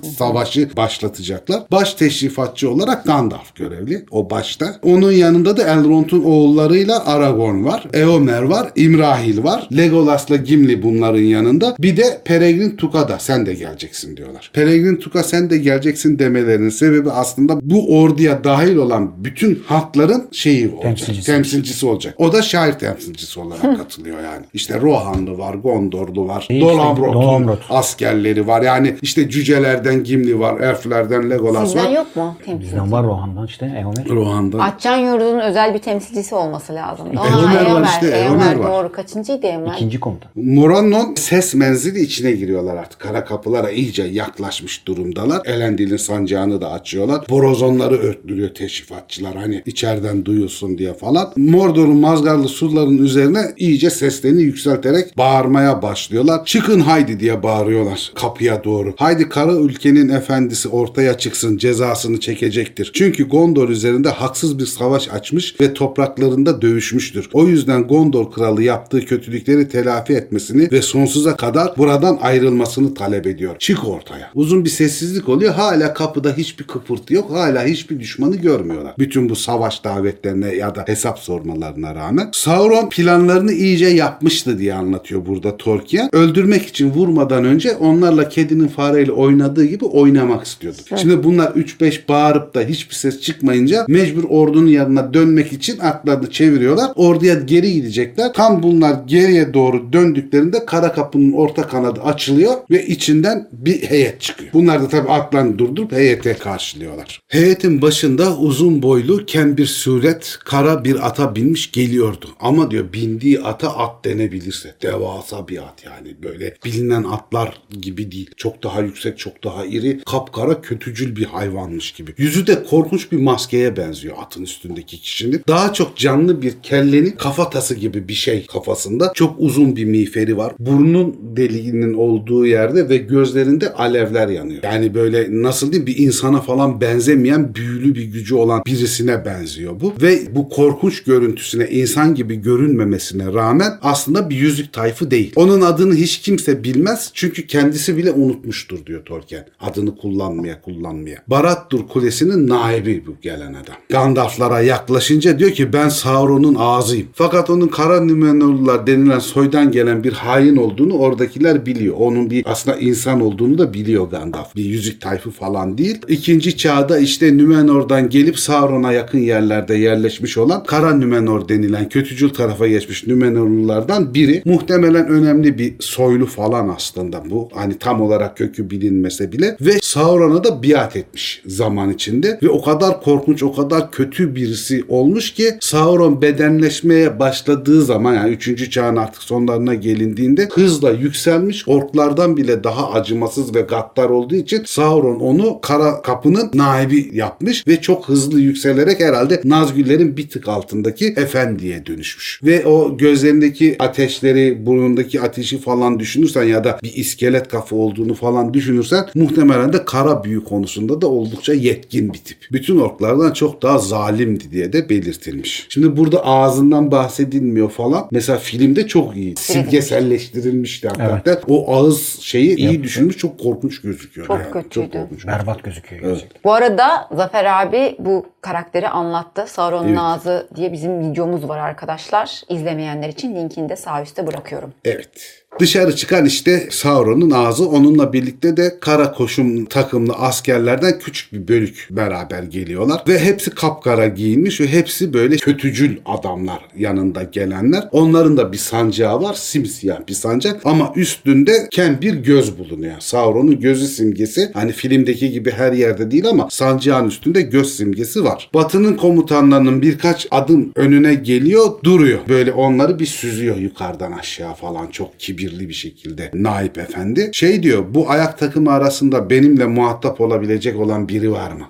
savaşı başlatacaklar. Baş teşrifatçı olarak Gandalf görevli o başta. Onun yanında da Elrond'un oğullarıyla Aragorn var. Eomer var. İmrahil var. Legolas'la Gimli bunların yanında. Bir de Peregrin Took'a sen de geleceksin diyorlar. Peregrin Took'a sen de geleceksin demelerinin sebebi aslında bu orduya dahil olan bütün halkların şeyi olacak. Temsilcisi olacak. O da şair temsilcisi olarak katılıyor yani. İşte Rohanlı var, Gondorlu var, Dolamrot'un askerleri var. Yani işte cücelerden Gimli var, elflerden Legolas Sizden var. yok mu temsilci? Bizden var Rohan'dan işte Eomer. Rohan'dan. Atcan Yurdu'nun özel bir temsilcisi olması lazım. Eomer var işte, Eomer var. Doğru. Kaçıncıydı Eomer? İkinci komutan. Morannon ses menzili içine giriyorlar artık. Kara kapılara iyice yaklaşmış durumdalar. Elendil'in sancağını da açıyorlar. Borazonları öttürüyor teşrifatçılar. Hani içeriden duyulsun diye falan. Mordor'un mazgarlı surların üzerine iyice seslerini yükselterek bağırmaya başlıyorlar. Çıkın haydi diye bağırıyorlar kapıya doğru. Haydi kara ülkenin efendisi ortaya çıksın, cezasını çekecektir. Çünkü Gondor üzerinde haksız bir savaş açmış ve topraklarında dövüşmüştür. O yüzden Gondor kralı yaptığı kötülükleri telafi etmesini ve sonsuza kadar buradan ayrılmasını talep ediyor. Çık ortaya. Uzun bir sessizlik oluyor. Hala kapıda hiçbir kıpırtı yok. Hala hiçbir düşmanı görmüyorlar. Bütün bu savaş davetlerine ya da hesap sormalarına rağmen. Sauron planlarını iyice yapmıştı diye anlatıyor burada Tolkien. Öldürmek için vurmadan önce onlarla kedinin fareyle oynadığı gibi oynamak istiyordu. Şimdi bunlar 3-5 bağırıp da hiçbir ses çıkmayınca mecbur ordunun yanına dönmek için atlarını çeviriyorlar. Orduya geri gidecekler. Tam bunlar geriye doğru döndüklerinde kara kapının orta kanadı açılıyor ve içinden bir heyet çıkıyor. Bunlar da tabii atlarını durdurup heyete karşılıyorlar. Heyetin başında uzun boylu ken bir suret kara bir ata binmiş geliyordu. Ama diyor bindiği ata at denebilirse. Devasa bir at yani. Böyle bilinen atlar gibi değil. Çok daha yüksek, çok daha iri. Kapkara kötücül bir hayvanmış gibi. Yüzü de korkunç bir maskeye benziyor atın üstündeki kişinin. Daha çok canlı bir kellenin kafatası gibi bir şey kafasında. Çok uzun bir miğferi var. Burnun deliğinin olduğu yerde ve gözlerinde alevler yanıyor. Yani böyle nasıl diyeyim bir insana falan benzemeyen büyülü bir gücü olan birisine benziyor bu. Ve bu korkunç görüntüsüne insan gibi görünmemesine rağmen aslında bir yüzük tayfı değil. Onun adını hiç kimse bilmez çünkü kendisi bile unutmuştur diyor Tolkien. Adını kullanmaya. Barad-dûr Kulesi'nin naibi bu gelen adam. Gandalflara yaklaşınca diyor ki ben Sauron'un ağzıyım. Fakat onun Kara Nümenorlular denilen soydan gelen bir hain olduğunu oradakiler biliyor. Onun bir aslında insan olduğunu da biliyor Gandalf. Bir yüzük tayfı falan değil. İkinci çağda işte Nümenor'dan gelip Sauron'a yakın yerlerde yerleşmiş olan Kara Nümenor denilen kötücül tarafa geçmiş Nümenorlulardan biri. Muhtemelen önemli bir soylu falan aslında bu. Hani tam olarak kökü bilinmese bile ve Sauron'a da biat etmiş zaman içinde ve o kadar korkunç, o kadar kötü birisi olmuş ki Sauron bedenleşmeye başladığı zaman yani 3. çağın artık sonlarına gelindiğinde hızla yükselmiş, orklardan bile daha acımasız ve gaddar olduğu için Sauron onu Kara Kapı'nın naibi yapmış ve çok hızlı yükselerek herhalde Nazgüllerin bir tık altındaki efendiye dönüşmüş. Ve o gözlerindeki ateşleri, burnundaki ateşi falan düşünürsen ya da bir iskelet kafa olduğunu falan düşünürsen muhtemelen de kara büyü konusunda da oldukça yetkin bir tip. Bütün orklardan çok daha zalimdi diye de belirtilmiş. Şimdi burada ağzından bahsedilmiyor falan. Mesela filmde çok iyi. Simgeselleştirilmişti hakikaten. Evet. O ağız şeyi iyi düşünmüş. Çok korkunç gözüküyor. Çok yani. kötüydü. Çok korkunç. Berbat gözüküyor gerçekten. Bu arada Zafer abi bu karakteri anlattı. Sauron'un ağzı diye bizim videomuz var arkadaşlar. İzlemeyenler için linkini de sağ üstte bırakıyorum. Evet. Dışarı çıkan işte Sauron'un ağzı, onunla birlikte de kara koşum takımlı askerlerden küçük bir bölük beraber geliyorlar. Ve hepsi kapkara giyinmiş ve hepsi böyle kötücül adamlar yanında gelenler. Onların da bir sancağı var, simsiyah bir sancak ama üstünde ken bir göz bulunuyor. Sauron'un gözü simgesi hani filmdeki gibi her yerde değil ama sancağın üstünde göz simgesi var. Batı'nın komutanlarının birkaç adım önüne geliyor, duruyor. Böyle onları bir süzüyor yukarıdan aşağı falan çok kibirli bir şekilde Naip Efendi. Şey diyor, bu ayak takımı arasında benimle muhatap olabilecek olan biri var mı?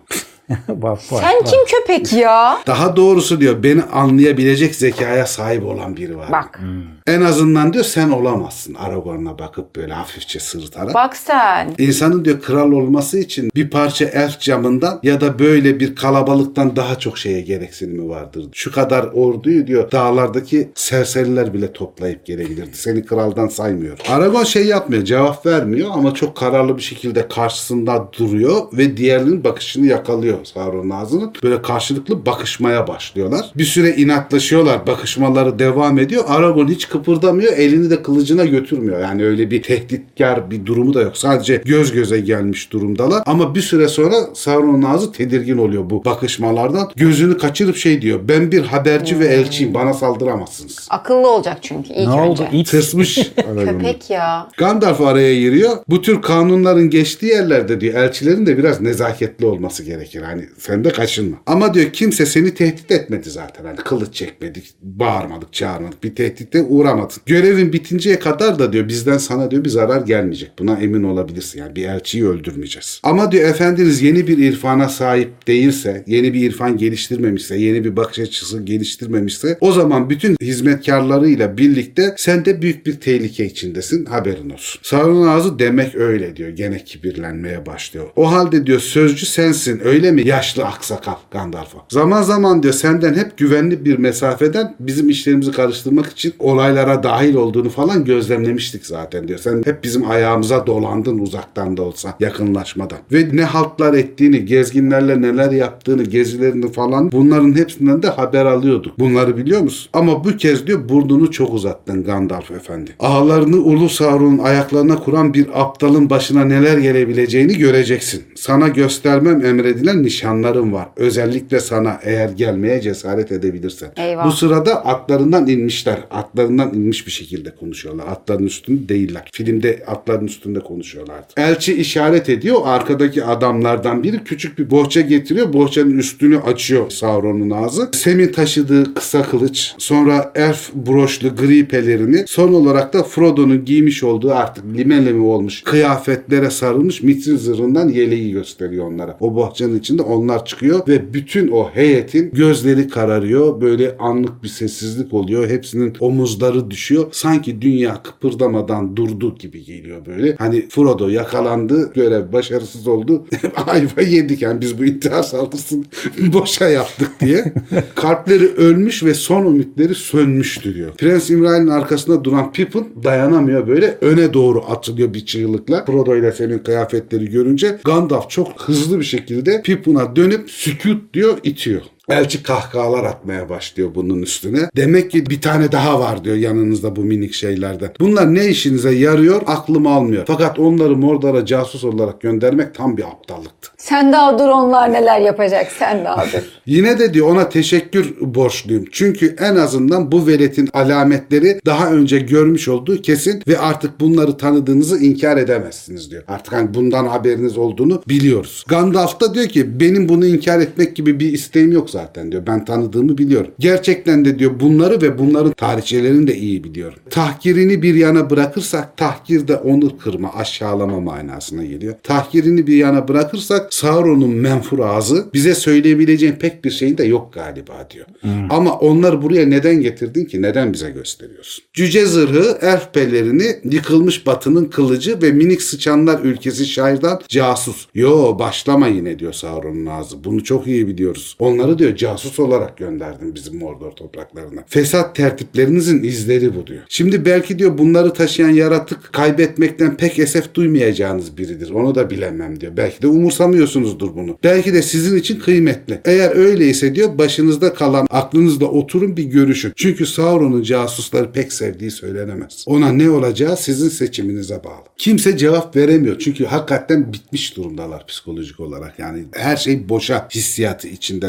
Bak. Sen kim köpek ya? Daha doğrusu diyor beni anlayabilecek zekaya sahip olan biri var. Bak. En azından diyor sen olamazsın. Aragorn'a bakıp böyle hafifçe sırıtarak. Bak sen. İnsanın diyor kral olması için bir parça elf camından ya da böyle bir kalabalıktan daha çok şeye gereksinimi vardır. Şu kadar orduyu diyor dağlardaki serseriler bile toplayıp gelebilirdi. Seni kraldan saymıyor. Aragorn şey yapmıyor, cevap vermiyor ama çok kararlı bir şekilde karşısında duruyor ve diğerlerinin bakışını yakalıyor Sauron'un ağzının. Böyle karşılıklı bakışmaya başlıyorlar. Bir süre inatlaşıyorlar. Bakışmaları devam ediyor. Aragorn hiç kıpırdamıyor. Elini de kılıcına götürmüyor. Yani öyle bir tehditkar bir durumu da yok. Sadece göz göze gelmiş durumdalar. Ama bir süre sonra Sauron'un ağzı tedirgin oluyor bu bakışmalardan. Gözünü kaçırıp şey diyor. Ben bir haberci ve elçiyim. Bana saldıramazsınız. Akıllı olacak çünkü ilk Ne önce. oldu? İt. Tırsmış Aragorn'u. Köpek ya. Gandalf araya giriyor. Bu tür kanunların geçtiği yerlerde diyor elçilerin de biraz nezaketli olması gerekir. Hani sen de kaşınma. Ama diyor kimse seni tehdit etmedi zaten. Hani kılıç çekmedik, bağırmadık, çağırmadık. Bir tehditte uğramadın. Görevin bitinceye kadar da diyor bizden sana diyor bir zarar gelmeyecek. Buna emin olabilirsin. Yani bir elçiyi öldürmeyeceğiz. Ama diyor efendiniz yeni bir irfana sahip değilse, yeni bir irfan geliştirmemişse, yeni bir bakış açısı geliştirmemişse o zaman bütün hizmetkarlarıyla birlikte sen de büyük bir tehlike içindesin. Haberin olsun. Sauron'un ağzı demek öyle diyor. Gene kibirlenmeye başlıyor. O halde diyor sözcü sensin öyle mi yaşlı aksakal Gandalf'a? Zaman zaman diyor senden hep güvenli bir mesafeden bizim işlerimizi karıştırmak için olaylara dahil olduğunu falan gözlemlemiştik zaten diyor. Sen hep bizim ayağımıza dolandın uzaktan da olsa yakınlaşmadan. Ve ne haltlar ettiğini, gezginlerle neler yaptığını, gezilerini falan bunların hepsinden de haber alıyorduk. Bunları biliyor musun? Ama bu kez diyor burnunu çok uzattın Gandalf efendi. Ağlarını Ulu Sauron'un ayaklarına kuran bir aptalın başına neler gelebileceğini göreceksin. Sana göstermem emredilen nişanlarım var. Özellikle sana eğer gelmeye cesaret edebilirsen. Eyvah. Bu sırada atlarından inmişler. Atlarından inmiş bir şekilde konuşuyorlar. Atların üstünde değiller. Filmde atların üstünde konuşuyorlardı. Elçi işaret ediyor. Arkadaki adamlardan biri küçük bir bohça getiriyor. Bohçanın üstünü açıyor Sauron'un ağzı. Sem'in taşıdığı kısa kılıç, sonra elf broşlu gri pelerini, son olarak da Frodo'nun giymiş olduğu artık lime lime olmuş kıyafetlere sarılmış mitrin zırhından yeleği gösteriyor onlara. O bohçanın içinde onlar çıkıyor ve bütün o heyetin gözleri kararıyor. Böyle anlık bir sessizlik oluyor. Hepsinin omuzları düşüyor. Sanki dünya kıpırdamadan durdu gibi geliyor böyle. Hani Frodo yakalandı, görev başarısız oldu. Ayva yedik yani biz bu intihar saldırısını boşa yaptık diye. Kalpleri ölmüş ve son ümitleri sönmüştü diyor. Prens İmrani'nin arkasında duran Pippin dayanamıyor böyle öne doğru atılıyor bir çığlıkla. Frodo ile senin kıyafetleri görünce Gandalf çok hızlı bir şekilde Pippin'a dönüp sükut diyor, itiyor. Elçi kahkahalar atmaya başlıyor bunun üstüne. Demek ki bir tane daha var diyor yanınızda bu minik şeylerden. Bunlar ne işinize yarıyor aklım almıyor. Fakat onları Mordor'a casus olarak göndermek tam bir aptallıktı. Sen daha dur onlar neler yapacak sen daha dur. Yine de diyor ona teşekkür borçluyum. Çünkü en azından bu veletin alametleri daha önce görmüş olduğu kesin ve artık bunları tanıdığınızı inkar edemezsiniz diyor. Artık hani bundan haberiniz olduğunu biliyoruz. Gandalf da diyor ki benim bunu inkar etmek gibi bir isteğim yok zaten diyor. Ben tanıdığımı biliyorum. Gerçekten de diyor bunları ve bunların tarihçelerini de iyi biliyorum. Tahkirini bir yana bırakırsak tahkir de onur kırma, aşağılama manasına geliyor. Tahkirini bir yana bırakırsak Sauron'un menfur ağzı bize söyleyebileceğin pek bir şey de yok galiba diyor. Ama onları buraya neden getirdin ki? Neden bize gösteriyorsun? Cüce zırhı, elf pelerini, yıkılmış batının kılıcı ve minik sıçanlar ülkesi şairden casus. Yo başlama yine diyor Sauron'un ağzı. Bunu çok iyi biliyoruz. Onları diyor casus olarak gönderdin bizim Mordor topraklarına. Fesat tertiplerinizin izleri bu diyor. Şimdi belki diyor bunları taşıyan yaratık kaybetmekten pek esef duymayacağınız biridir. Onu da bilemem diyor. Belki de umursamıyorsunuzdur bunu. Belki de sizin için kıymetli. Eğer öyleyse diyor başınızda kalan aklınızda oturun bir görüşün. Çünkü Sauron'un casusları pek sevdiği söylenemez. Ona ne olacağı sizin seçiminize bağlı. Kimse cevap veremiyor. Çünkü hakikaten bitmiş durumdalar psikolojik olarak. Yani her şey boşa hissiyatı içindeler böyle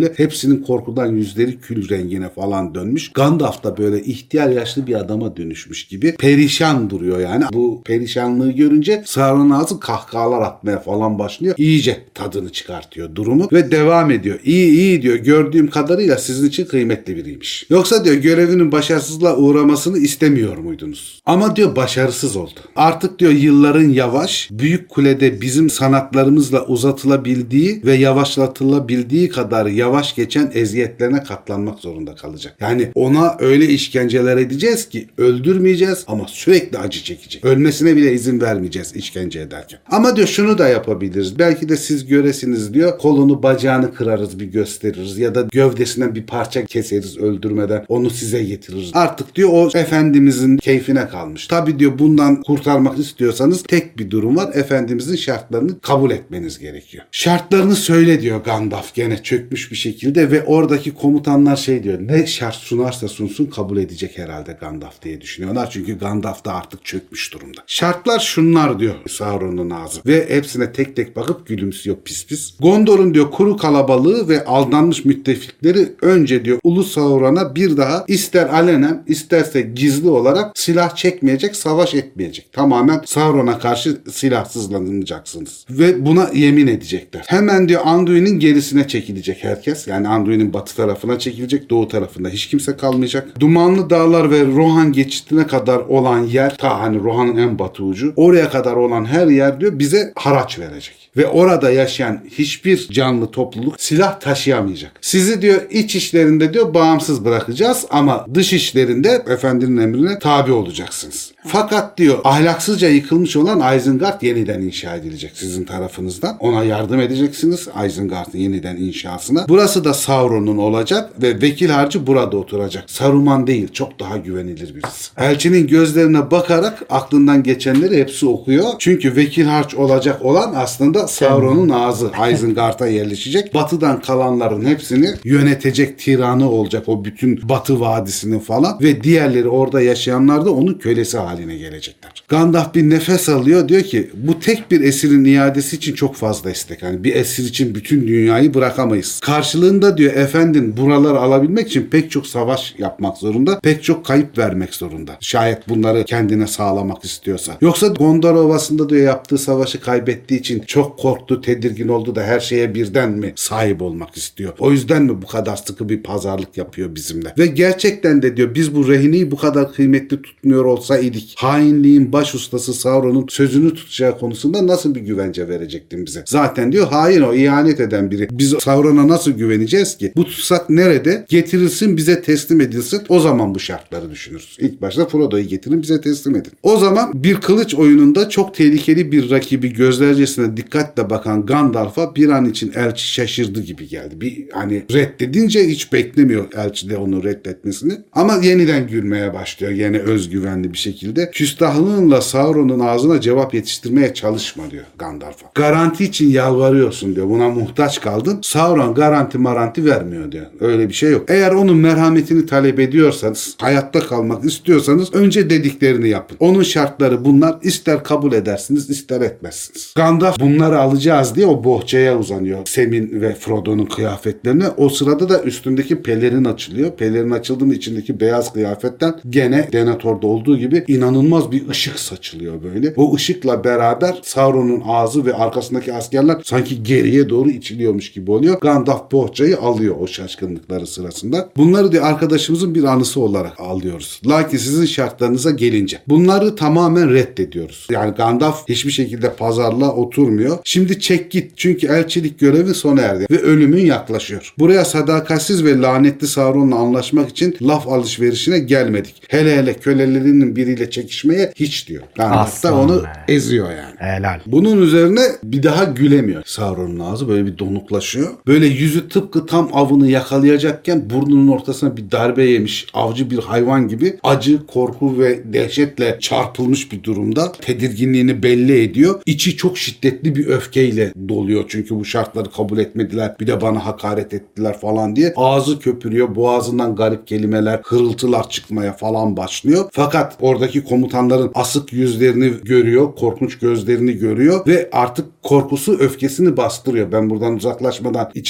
böyle. Hepsinin korkudan yüzleri kül rengine falan dönmüş. Gandalf da böyle ihtiyar yaşlı bir adama dönüşmüş gibi perişan duruyor yani. Bu perişanlığı görünce Sauron'un ağzı kahkahalar atmaya falan başlıyor. İyice tadını çıkartıyor durumu ve devam ediyor. İyi diyor, gördüğüm kadarıyla sizin için kıymetli biriymiş. Yoksa diyor görevinin başarısızlığa uğramasını istemiyor muydunuz? Ama diyor başarısız oldu. Artık diyor yılların yavaş, büyük kulede bizim sanatlarımızla uzatılabildiği ve yavaşlatılabildiği kadar yavaş geçen eziyetlerine katlanmak zorunda kalacak. Yani ona öyle işkenceler edeceğiz ki öldürmeyeceğiz ama sürekli acı çekecek. Ölmesine bile izin vermeyeceğiz işkence ederken. Ama diyor şunu da yapabiliriz. Belki de siz göresiniz diyor. Kolunu bacağını kırarız, bir gösteririz ya da gövdesinden bir parça keseriz öldürmeden onu size getiririz. Artık diyor o Efendimizin keyfine kalmış. Tabi diyor bundan kurtarmak istiyorsanız tek bir durum var. Efendimizin şartlarını kabul etmeniz gerekiyor. Şartlarını söyle diyor Gandalf gene çökmüş bir şekilde ve oradaki komutanlar şey diyor. Ne şart sunarsa sunsun kabul edecek herhalde Gandalf diye düşünüyorlar. Çünkü Gandalf da artık çökmüş durumda. Şartlar şunlar diyor Sauron'un ağzı. Ve hepsine tek tek bakıp gülümsüyor pis pis. Gondor'un diyor kuru kalabalığı ve aldanmış müttefikleri önce diyor Ulu Sauron'a bir daha ister alenen isterse gizli olarak silah çekmeyecek, savaş etmeyecek. Tamamen Sauron'a karşı silahsızlanacaksınız. Ve buna yemin edecekler. Hemen diyor Anduin'in gerisine çekilecek herkes. Yani Anduin'in batı tarafına çekilecek, doğu tarafında hiç kimse kalmayacak. Dumanlı Dağlar ve Rohan geçitine kadar olan yer, ta hani Rohan'ın en batı ucu, oraya kadar olan her yer diyor bize haraç verecek. Ve orada yaşayan hiçbir canlı topluluk silah taşıyamayacak. Sizi diyor iç işlerinde diyor bağımsız bırakacağız ama dış işlerinde efendinin emrine tabi olacaksınız. Fakat diyor ahlaksızca yıkılmış olan Isengard yeniden inşa edilecek sizin tarafınızdan. Ona yardım edeceksiniz Isengard'ın yeniden inşasına. Burası da Sauron'un olacak ve vekil harcı burada oturacak. Saruman değil, çok daha güvenilir birisi. Elçinin gözlerine bakarak aklından geçenleri hepsi okuyor. Çünkü vekil harç olacak olan aslında Sauron'un ağzı. Isengard'a yerleşecek. Batıdan kalanların hepsini yönetecek tiranı olacak o bütün Batı Vadisi'nin falan ve diğerleri orada yaşayanlar da onun kölesi haline gelecekler. Gandalf bir nefes alıyor, diyor ki bu tek bir esirin iadesi için çok fazla istek. Yani bir esir için bütün dünyayı bırakamayız. Karşılığında diyor efendin buraları alabilmek için pek çok savaş yapmak zorunda, pek çok kayıp vermek zorunda. Şayet bunları kendine sağlamak istiyorsa. Yoksa Gondor Ovası'nda diyor yaptığı savaşı kaybettiği için çok korktu, tedirgin oldu da her şeye birden mi sahip olmak istiyor? O yüzden mi bu kadar sıkı bir pazarlık yapıyor bizimle? Ve gerçekten de diyor biz bu rehineyi bu kadar kıymetli tutmuyor olsaydık hainliğin baş ustası Sauron'un sözünü tutacağı konusunda nasıl bir güvence verecektin bize? Zaten diyor hain o, ihanet eden biri. Biz Sauron'a nasıl güveneceğiz ki? Bu tutsak nerede? Getirilsin bize teslim edilsin. O zaman bu şartları düşünürüz. İlk başta Frodo'yu getirin bize teslim edin. O zaman bir kılıç oyununda çok tehlikeli bir rakibi gözlercesine dikkatle bakan Gandalf'a bir an için elçi şaşırdı gibi geldi. Bir hani reddedince hiç beklemiyor elçi de onu reddetmesini. Ama yeniden gülmeye başlıyor. Yine özgüvenli bir şekilde. Küstahlığınla Sauron'un ağzına cevap yetiştirmeye çalışma diyor Gandalf'a. Garanti için yalvarıyorsun diyor. Buna muhtaç kaldın. Sauron garanti maranti vermiyor diyor. Öyle bir şey yok. Eğer onun merhametini talep ediyorsanız, hayatta kalmak istiyorsanız önce dediklerini yapın. Onun şartları bunlar. İster kabul edersiniz, ister etmezsiniz. Gandalf bunları alacağız diye o bohçaya uzanıyor. Sam'in ve Frodo'nun kıyafetlerine. O sırada da üstündeki pelerin açılıyor. Pelerin açıldığında içindeki beyaz kıyafetten gene Denethor'da olduğu gibi inanılmaz bir ışık saçılıyor böyle. O ışıkla beraber Sauron'un ağzı ve arkasındaki askerler sanki geriye doğru içiliyormuş gibi oluyor. Gandalf bohçayı alıyor o şaşkınlıkları sırasında. Bunları da arkadaşımızın bir anısı olarak alıyoruz. Lakin sizin şartlarınıza gelince bunları tamamen reddediyoruz. Yani Gandalf hiçbir şekilde pazarlığa oturmuyor. Şimdi çek git çünkü elçilik görevi sona erdi ve ölümün yaklaşıyor. Buraya sadakatsiz ve lanetli Sauron'la anlaşmak için laf alışverişine gelmedik. Hele hele kölelerinin biriyle çekişmeye hiç diyor. Gandalf da onu eziyor yani. Helal. Bunun üzerine bir daha gülemiyor. Sauron'un ağzı böyle bir donuklaşıyor. Böyle yüzü tıpkı tam avını yakalayacakken burnunun ortasına bir darbe yemiş avcı bir hayvan gibi acı, korku ve dehşetle çarpılmış bir durumda. Tedirginliğini belli ediyor. İçi çok şiddetli bir öfkeyle doluyor. Çünkü bu şartları kabul etmediler. Bir de bana hakaret ettiler falan diye. Ağzı köpürüyor. Boğazından garip kelimeler, hırıltılar çıkmaya falan başlıyor. Fakat oradaki komutanların asık yüzlerini görüyor. Korkunç gözlerini görüyor ve artık korkusu öfkesini bastırıyor. Ben buradan uzaklaşmadan içimden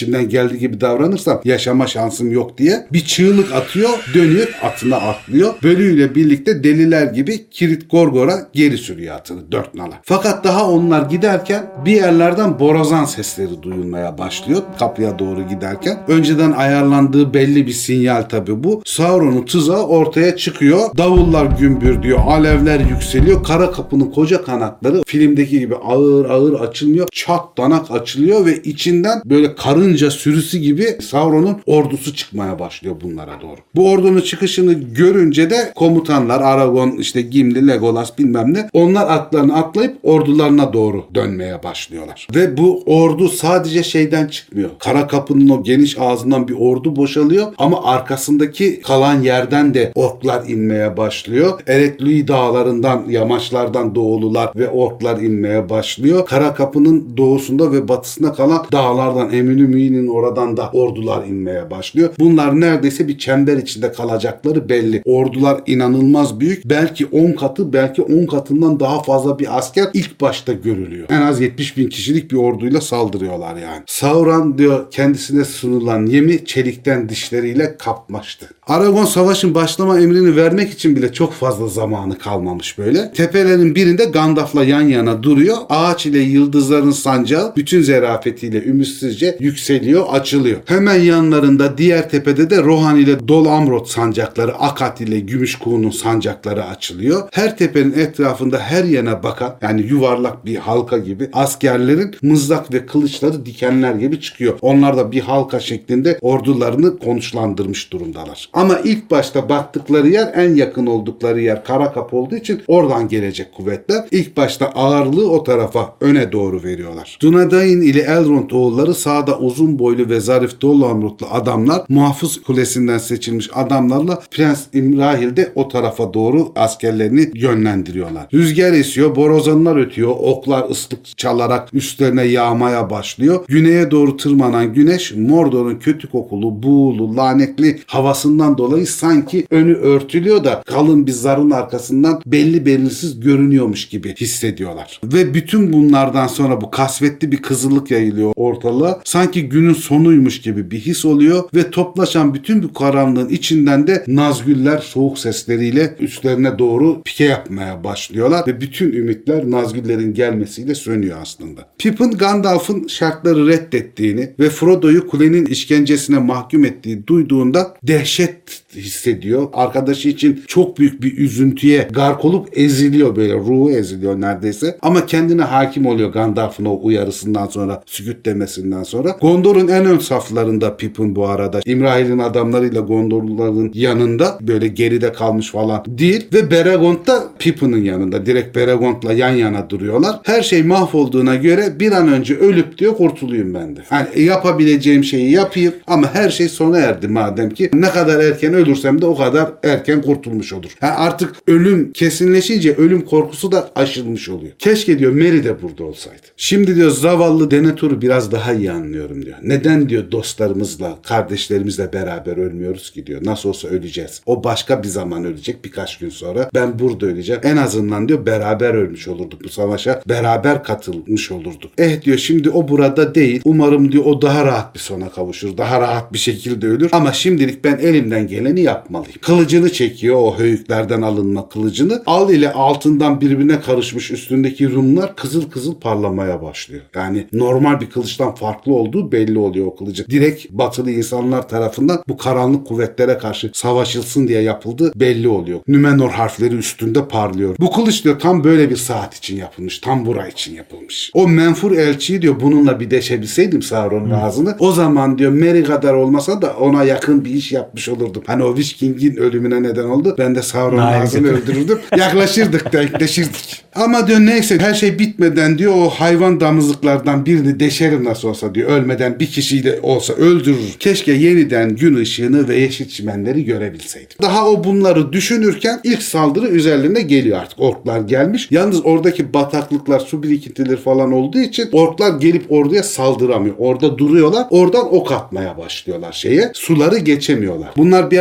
geldiği gibi davranırsam yaşama şansım yok diye bir çığlık atıyor, dönüyor, atına atlıyor. Bölüyle birlikte deliler gibi Kirit Gorgor'a geri sürüyor atını, 4 nala. Fakat daha onlar giderken bir yerlerden borazan sesleri duyulmaya başlıyor kapıya doğru giderken. Önceden ayarlandığı belli bir sinyal tabii bu. Sauron'un tuzağı ortaya çıkıyor. Davullar gümbür diyor, alevler yükseliyor. Kara kapının koca kanatları filmdeki gibi ağır ağır açılmıyor. Çat danak açılıyor ve içinden böyle karınca sürüsü gibi Sauron'un ordusu çıkmaya başlıyor bunlara doğru. Bu ordunun çıkışını görünce de komutanlar Aragorn, işte Gimli, Legolas bilmem ne, onlar atlarını atlayıp ordularına doğru dönmeye başlıyorlar. Ve bu ordu sadece şeyden çıkmıyor. Kara kapının o geniş ağzından bir ordu boşalıyor ama arkasındaki kalan yerden de orklar inmeye başlıyor. Ereklui dağlarından, yamaçlardan doğulular ve orklar inmeye başlıyor. Kara kapının doğusunda ve batısında kalan dağlardan, Eminümü'nün oradan da ordular inmeye başlıyor. Bunlar neredeyse bir çember içinde kalacakları belli. Ordular inanılmaz büyük. Belki 10 katı, belki 10 katından daha fazla bir asker ilk başta görülüyor. En az 70.000 kişilik bir orduyla saldırıyorlar yani. Sauron diyor kendisine sunulan yemi çelikten dişleriyle kapmıştı. Aragorn savaşın başlama emrini vermek için bile çok fazla zamanı kalmamış böyle. Tepelerin birinde Gandalf'la yan yana duruyor. Ağaç ile yıldızların sancağı bütün zerafetiyle ümitsizce yükseliyor, açılıyor. Hemen yanlarında diğer tepede de Rohan ile Dol Amroth sancakları, Akat ile Gümüşkuğu'nun sancakları açılıyor. Her tepenin etrafında her yana bakan, yani yuvarlak bir halka gibi askerlerin mızrak ve kılıçları dikenler gibi çıkıyor. Onlar da bir halka şeklinde ordularını konuşlandırmış durumdalar. Ama ilk başta baktıkları yer, en yakın oldukları yer Karakap olduğu için oradan gelecek kuvvetler ilk başta ağırlığı o tarafa, öne doğru veriyorlar. Dunedain ile Elrond oğulları sağda uzun boylu ve zarif Dol Amroth'lu adamlar, Muhafız Kulesi'nden seçilmiş adamlarla Prens İmrahil de o tarafa doğru askerlerini yönlendiriyorlar. Rüzgar esiyor, borazanlar ötüyor, oklar ıslık çalarak üstlerine yağmaya başlıyor. Güneye doğru tırmanan güneş Mordor'un kötü kokulu, buğulu, lanetli havasından dolayı sanki önü örtülüyor da kalın bir zarın arkasından belli belirsiz görünüyormuş gibi hissediyorlar. Ve bütün bunlardan sonra bu kasvetli bir kızıllık yayılıyor ortalığa. Sanki günün sonuymuş gibi bir his oluyor ve toplaşan bütün bu karanlığın içinden de Nazgûl'ler soğuk sesleriyle üstlerine doğru pike yapmaya başlıyorlar ve bütün ümitler Nazgûl'lerin gelmesiyle sönüyor aslında. Pippin Gandalf'ın şartları reddettiğini ve Frodo'yu kulenin işkencesine mahkum ettiği duyduğunda dehşet hissediyor. Arkadaşı için çok büyük bir üzüntüye gark olup eziliyor, böyle ruhu eziliyor neredeyse. Ama kendine hakim oluyor Gandalf'ın o uyarısından sonra, sükût demesinden sonra. Gondor'un en ön saflarında Pippin bu arada. İmrahil'in adamlarıyla Gondorluların yanında, böyle geride kalmış falan değil. Ve Beregond da Pippin'in yanında. Direkt Beregond'la yan yana duruyorlar. Her şey mahvolduğuna göre bir an önce ölüp diyor kurtulayım ben de. Hani yapabileceğim şeyi yapayım ama her şey sona erdi madem ki. Ne kadar erken ölürsem de o kadar erken kurtulmuş olur. Yani artık ölüm kesinleşince ölüm korkusu da aşılmış oluyor. Keşke diyor Merry de burada olsaydı. Şimdi diyor zavallı Denethor'u biraz daha iyi anlıyorum diyor. Neden diyor dostlarımızla, kardeşlerimizle beraber ölmüyoruz ki diyor. Nasıl olsa öleceğiz. O başka bir zaman ölecek, birkaç gün sonra. Ben burada öleceğim. En azından diyor beraber ölmüş olurduk bu savaşa. Beraber katılmış olurduk. Diyor şimdi o burada değil. Umarım diyor o daha rahat bir sona kavuşur. Daha rahat bir şekilde ölür. Ama şimdilik ben elimden geleni yapmalıyım. Kılıcını çekiyor, o höyüklerden alınma kılıcını. Al ile altından birbirine karışmış üstündeki runlar kızıl kızıl parlamaya başlıyor. Yani normal bir kılıçtan farklı olduğu belli oluyor o kılıcı. Direkt batılı insanlar tarafından bu karanlık kuvvetlere karşı savaşılsın diye yapıldığı belli oluyor. Nümenor harfleri üstünde parlıyor. Bu kılıç diyor tam böyle bir saat için yapılmış. Tam bura için yapılmış. O menfur elçiyi diyor bununla bir deşebilseydim Sauron'un ağzını. O zaman diyor Merry kadar olmasa da ona yakın bir iş yapmış olurdum. Hani o Witch King'in ölümüne neden oldu. Ben de Sauron'un ağzını öldürürdüm. Yaklaşırdık, denkleşirdik. Ama diyor neyse her şey bitmeden diyor o hayvan damızlıklardan birini deşerim nasıl olsa diyor. Ölmeden bir kişiyle olsa öldürür. Keşke yeniden gün ışığını ve yeşil çimenleri görebilseydim. Daha o bunları düşünürken ilk saldırı üzerlerine geliyor artık. Orklar gelmiş. Yalnız oradaki bataklıklar, su birikintileri falan olduğu için orklar gelip orduya saldıramıyor. Orada duruyorlar. Oradan ok atmaya başlıyorlar şeye. Suları geçemiyorlar. Bunlar bir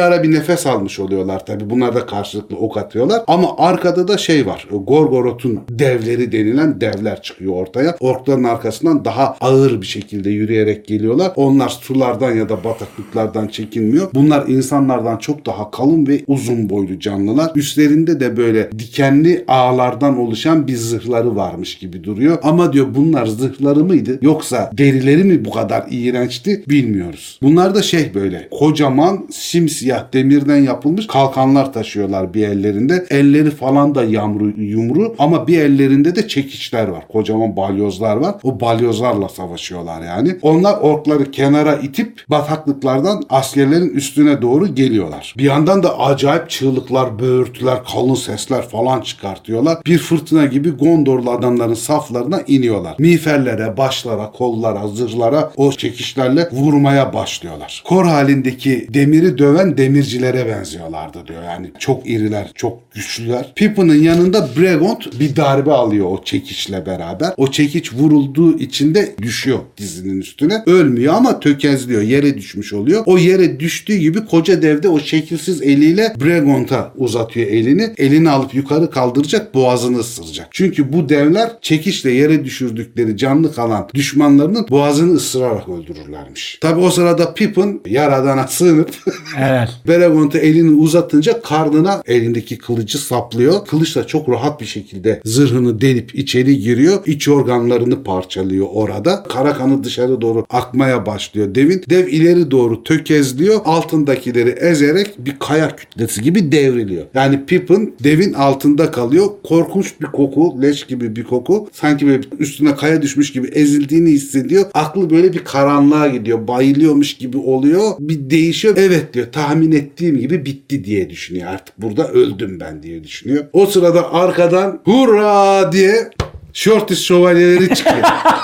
ara bir nefes almış oluyorlar tabii. Bunlar da karşılıklı ok atıyorlar. Ama arkada da şey var. Gorgoroth'un devleri denilen devler çıkıyor ortaya. Orkların arkasından daha ağır bir şekilde yürüyerek geliyorlar. Onlar sulardan ya da bataklıklardan çekinmiyor. Bunlar insanlardan çok daha kalın ve uzun boylu canlılar. Üstlerinde de böyle dikenli ağlardan oluşan bir zırhları varmış gibi duruyor. Ama diyor bunlar zırhları mıydı yoksa derileri mi bu kadar iğrençti bilmiyoruz. Bunlar da şey böyle kocaman simsiyah demirden yapılmış kalkanlar taşıyorlar bir ellerinde. Elleri falan da yumru ama bir ellerinde de çekiçler var. Kocaman balyozlar var. O balyozlarla savaşıyorlar yani. Onlar orkları kenara itip bataklıklardan askerlerin üstüne doğru geliyorlar. Bir yandan da acayip çığlıklar, böğürtüler, kalın sesler falan çıkartıyorlar. Bir fırtına gibi Gondorlu adamların saflarına iniyorlar. Miğferlere, başlara, kollara, zırhlara o çekişlerle vurmaya başlıyorlar. Kor halindeki demiri döven demircilere benziyorlardı diyor. Yani çok iriler, çok güçlüler. Pippin'in yanında Bregont bir darbe alıyor o çekiçle beraber. O çekiç vurulduğu için de düşüyor dizinin üstüne. Ölmüyor ama tökezliyor. Yere düşmüş oluyor. O yere düştüğü gibi koca dev de o şekilsiz eliyle Bregont'a uzatıyor elini. Elini alıp yukarı kaldıracak, boğazını ısıracak. Çünkü bu devler çekiçle yere düşürdükleri canlı kalan düşmanlarının boğazını ısırarak öldürürlermiş. Tabi o sırada Pippin yaradana sığınıp Evet. Bregont'a elini uzatınca karnına elindeki kılıcı saplıyor. Kılıçla çok rahat bir şekilde zırhını delip içeri giriyor. İç organlarını parçalıyor orada. Kara kanı dışarı doğru akmaya başlıyor devin. Dev ileri doğru tökezliyor. Altındakileri ezerek bir kaya kütlesi gibi devriliyor. Yani Pippin devin altında kalıyor. Korkunç bir koku, leş gibi bir koku. Sanki böyle üstüne kaya düşmüş gibi ezildiğini hissediyor. Aklı böyle bir karanlığa gidiyor. Bayılıyormuş gibi oluyor. Bir değişiyor. Evet diyor, tahmin ettiğim gibi bitti diye düşünüyor. Artık burada öldüm ben diye düşünüyor. O sırada arkadan hurra diye Shortis şövalyeleri çıkıyor.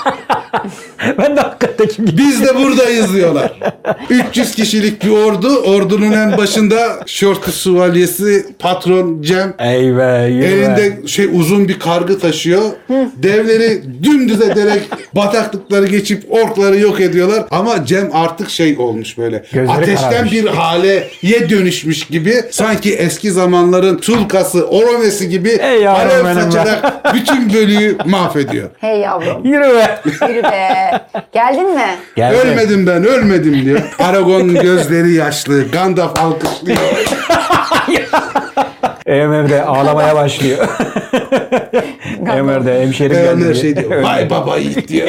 Ben de hakikaten gibi. Biz de buradayız diyorlar. 300 kişilik bir ordu. Ordunun en başında Shortis şövalyesi patron Cem. Eyvah, eyvah. Elinde uzun bir kargı taşıyor. Devleri dümdüz ederek bataklıkları geçip orkları yok ediyorlar. Ama Cem artık olmuş böyle. Gözleri Ateşten kararmış. bir haleye dönüşmüş gibi. Sanki eski zamanların Tulkası, Oromesi gibi Ey yavrum alev benim be. saçarak bütün bölüyü mahvediyor. Hey yavrum. Yürü be. Yürü be. Geldin mi? Geldi. Ölmedim ben, ölmedim diyor. Aragorn'un gözleri yaşlı. Gandalf alkışlıyor. Eomer de ağlamaya başlıyor. Eomer de hemşerim geldi Eomer diye. diyor. Vay baba yiğit diyor.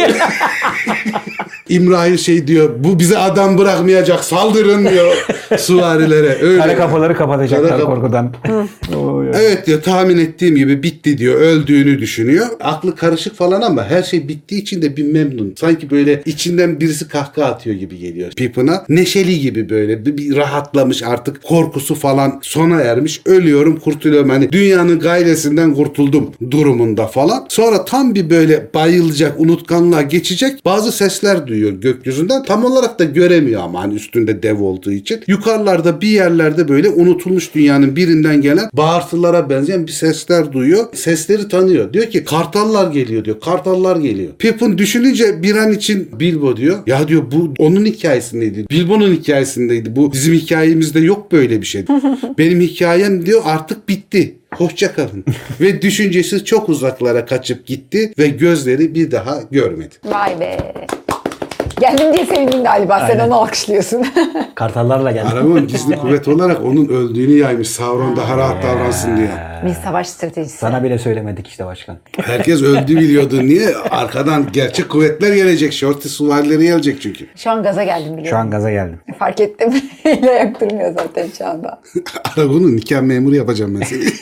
İmrahil diyor. Bu bize adam bırakmayacak. Saldırın diyor süvarilere. Öyle. Kara kapıları kapatacaklar Kara kapı- korkudan. Oy. Evet diyor, tahmin ettiğim gibi bitti diyor. Öldüğünü düşünüyor. Aklı karışık falan ama her şey bittiği için de bir memnun. Sanki böyle içinden birisi kahkaha atıyor gibi geliyor Pippin'a. Neşeli gibi böyle bir rahatlamış, artık korkusu falan sona ermiş. Ölüyorum, kurtuluyorum. Hani dünyanın gailesinden kurtuldum durumunda falan. Sonra tam bir böyle bayılacak, unutkanlığa geçecek bazı sesler duyuyor gökyüzünden. Tam olarak da göremiyor ama hani üstünde dev olduğu için. Yukarılarda bir yerlerde böyle unutulmuş dünyanın birinden gelen bağırtılara benzeyen bir sesler duyuyor. Sesleri tanıyor. Diyor ki kartallar geliyor diyor. Kartallar geliyor. Pippin düşününce bir an için Bilbo diyor. Ya diyor, bu onun hikayesindeydi. Bilbo'nun hikayesindeydi. Bu bizim hikayemizde yok böyle bir şey. Benim hikayem diyor artık bitti. Hoşça kalın. Ve düşüncesi çok uzaklara kaçıp gitti ve gözleri bir daha görmedi. Vay be. Geldim diye sevindin galiba. Sen Aynen. onu alkışlıyorsun. Kartallarla geldi. Aragorn gizli kuvvet olarak onun öldüğünü yaymış. Sauron daha rahat davransın diye. Bir savaş stratejisi. Sana bile söylemedik işte başkan. Herkes öldü biliyordu. Niye? Arkadan gerçek kuvvetler gelecek. Shortis süvarileri gelecek çünkü. Şu an gaza geldim biliyorum. Şu an gaza geldim. Fark ettim. Eyle ayak durmuyor zaten şu anda. Aragorn'un nikah memuru yapacağım ben seni.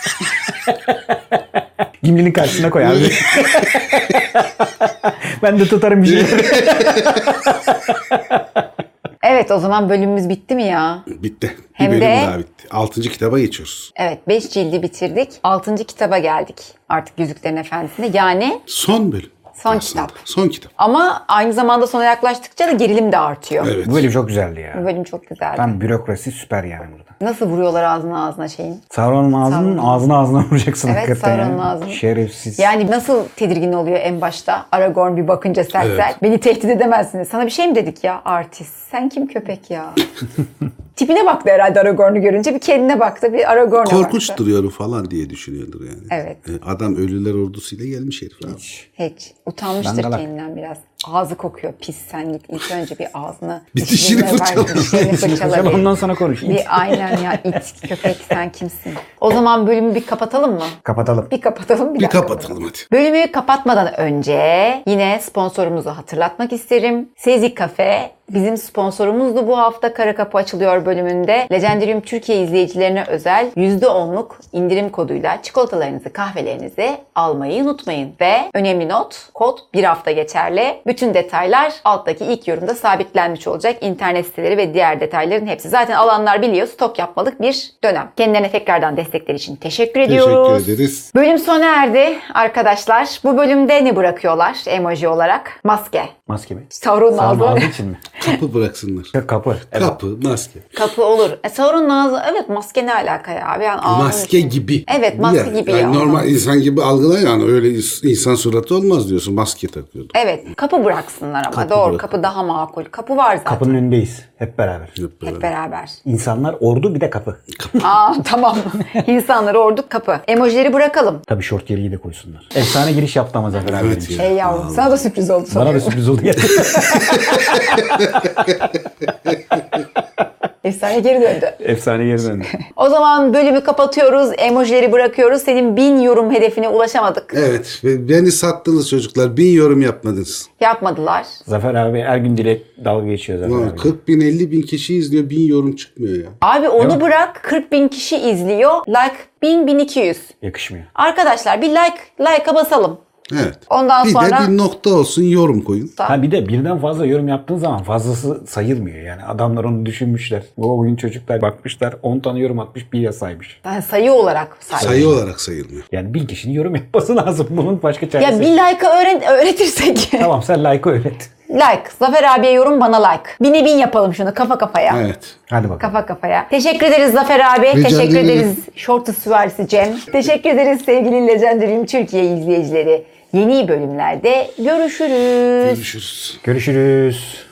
Gimli'nin karşısına koy abi. Ben de tutarım bir şeyleri. Evet, o zaman bölümümüz bitti mi ya? Bitti. Bir Hem bölüm de- daha bitti. 6. kitaba geçiyoruz. Evet, 5 cildi bitirdik. 6. kitaba geldik. Artık Yüzüklerin Efendisi'nde. Yani Son bölüm. Son aslında. kitap. Son kitap. ama aynı zamanda sona yaklaştıkça da gerilim de artıyor. Evet. Bu bölüm çok güzeldi ya. Bu bölüm çok güzeldi. Tam bürokrasi süper yani burada. Nasıl vuruyorlar ağzına şeyin. Sauron'un ağzına vuracaksın Evet, hakikaten Sauron'un ya. ağzını. Şerefsiz. Yani nasıl tedirgin oluyor en başta Aragorn bir bakınca sert Evet. sert. Beni tehdit edemezsiniz. Sana bir şey mi dedik ya artist? Sen kim köpek ya? Tipine baktı herhalde Aragorn'u görünce. Bir kendine baktı, bir Aragorn'a Korkunç baktı. duruyorum falan diye düşünüyordur yani. Evet. Adam ölüler ordusuyla gelmiş herif abi. Hiç. Utanmıştır Dangalak. kendinden biraz. Ağzı kokuyor pis, sen git ilk önce bir ağzını Bir dişini ver, fırçala. dişlerini fırçala. Ondan sonra konuş. Bir aynen ya, it köpek sen kimsin? O zaman bölümü bir kapatalım mı? Kapatalım. Bir kapatalım. Bir dakika. kapatalım hadi. Bölümü kapatmadan önce yine sponsorumuzu hatırlatmak isterim. Sezi Cafe bizim sponsorumuzdu bu hafta. Kara Kapı açılıyor bölümünde. Legendarium Türkiye izleyicilerine özel %10'luk indirim koduyla çikolatalarınızı, kahvelerinizi almayı unutmayın. Ve önemli not, kod bir hafta geçerli. Bütün detaylar alttaki ilk yorumda sabitlenmiş olacak. İnternet siteleri ve diğer detayların hepsi. Zaten alanlar biliyor, stok yapmalık bir dönem. Kendilerine tekrardan destekleri için teşekkür ediyoruz. Teşekkür ederiz. Bölüm sona erdi arkadaşlar. Bu bölümde ne bırakıyorlar emoji olarak? Maske. Maske mi? Sauron'un Sağ ağzı. ağzı için mi? Kapı bıraksınlar. Kapı. Evet. Kapı, maske. Kapı olur. Sauron'un ağzı. Evet, maske ne alaka ya abi? Yani ağzın Maske için- gibi. Evet, maske gibi ya. Normal insan gibi algıla yani öyle insan suratı olmaz diyorsun. Maske takıyordu. Evet, kapı bıraksınlar ama Kapı doğru. bırak. Kapı daha makul. Kapı var zaten. Kapının önündeyiz. Hep beraber. Hep beraber. İnsanlar ordu bir de kapı. Aa tamam. İnsanları orduk kapı. Emojileri bırakalım. Tabii şort yeleği de koysunlar. Efsane giriş yaptı ama Zafer abi. Evet benim için. ya. Ey yavrum, sana da sürpriz oldu. Bana da sanıyorum. sürpriz oldu. Efsane geri döndü. Efsane geri döndü. O zaman bölümü kapatıyoruz. Emojileri bırakıyoruz. Senin 1000 yorum hedefine ulaşamadık. Evet. Ve beni sattınız çocuklar. 1000 yorum yapmadınız. Yapmadılar. Zafer abi her gün direkt dalga geçiyor Zafer Ulan abi. 40 bin 50 bin kişi izliyor. 1000 yorum çıkmıyor ya. Abi onu bırak. 40 bin kişi izliyor. Like 1000-1200. Yakışmıyor. Arkadaşlar bir like'a basalım. Evet. Ondan bir sonra- de bir nokta olsun yorum koyun. Ha bir de birden fazla yorum yaptığın zaman fazlası sayılmıyor yani. Adamlar onu düşünmüşler. O bugün çocuklar bakmışlar 10 tane yorum atmış bir saymış. Ben sayı olarak saydım. Sayı olarak sayılmıyor. Yani bir kişinin yorum yapması lazım. Bunun başka Ya çaresi. bir like'ı öğretirsek. Tamam sen like'ı öğret. Like. Zafer abiye yorum, bana like. 1000'e 1000 yapalım şunu kafa kafaya. Evet. Hadi bakalım. Kafa kafaya. Teşekkür ederiz Zafer abi. Rica Teşekkür ederim. ederiz Shorty süvarisi Cem. Teşekkür ederiz sevgili Legendarium Türkiye izleyicileri. Yeni bölümlerde görüşürüz. Görüşürüz. Görüşürüz.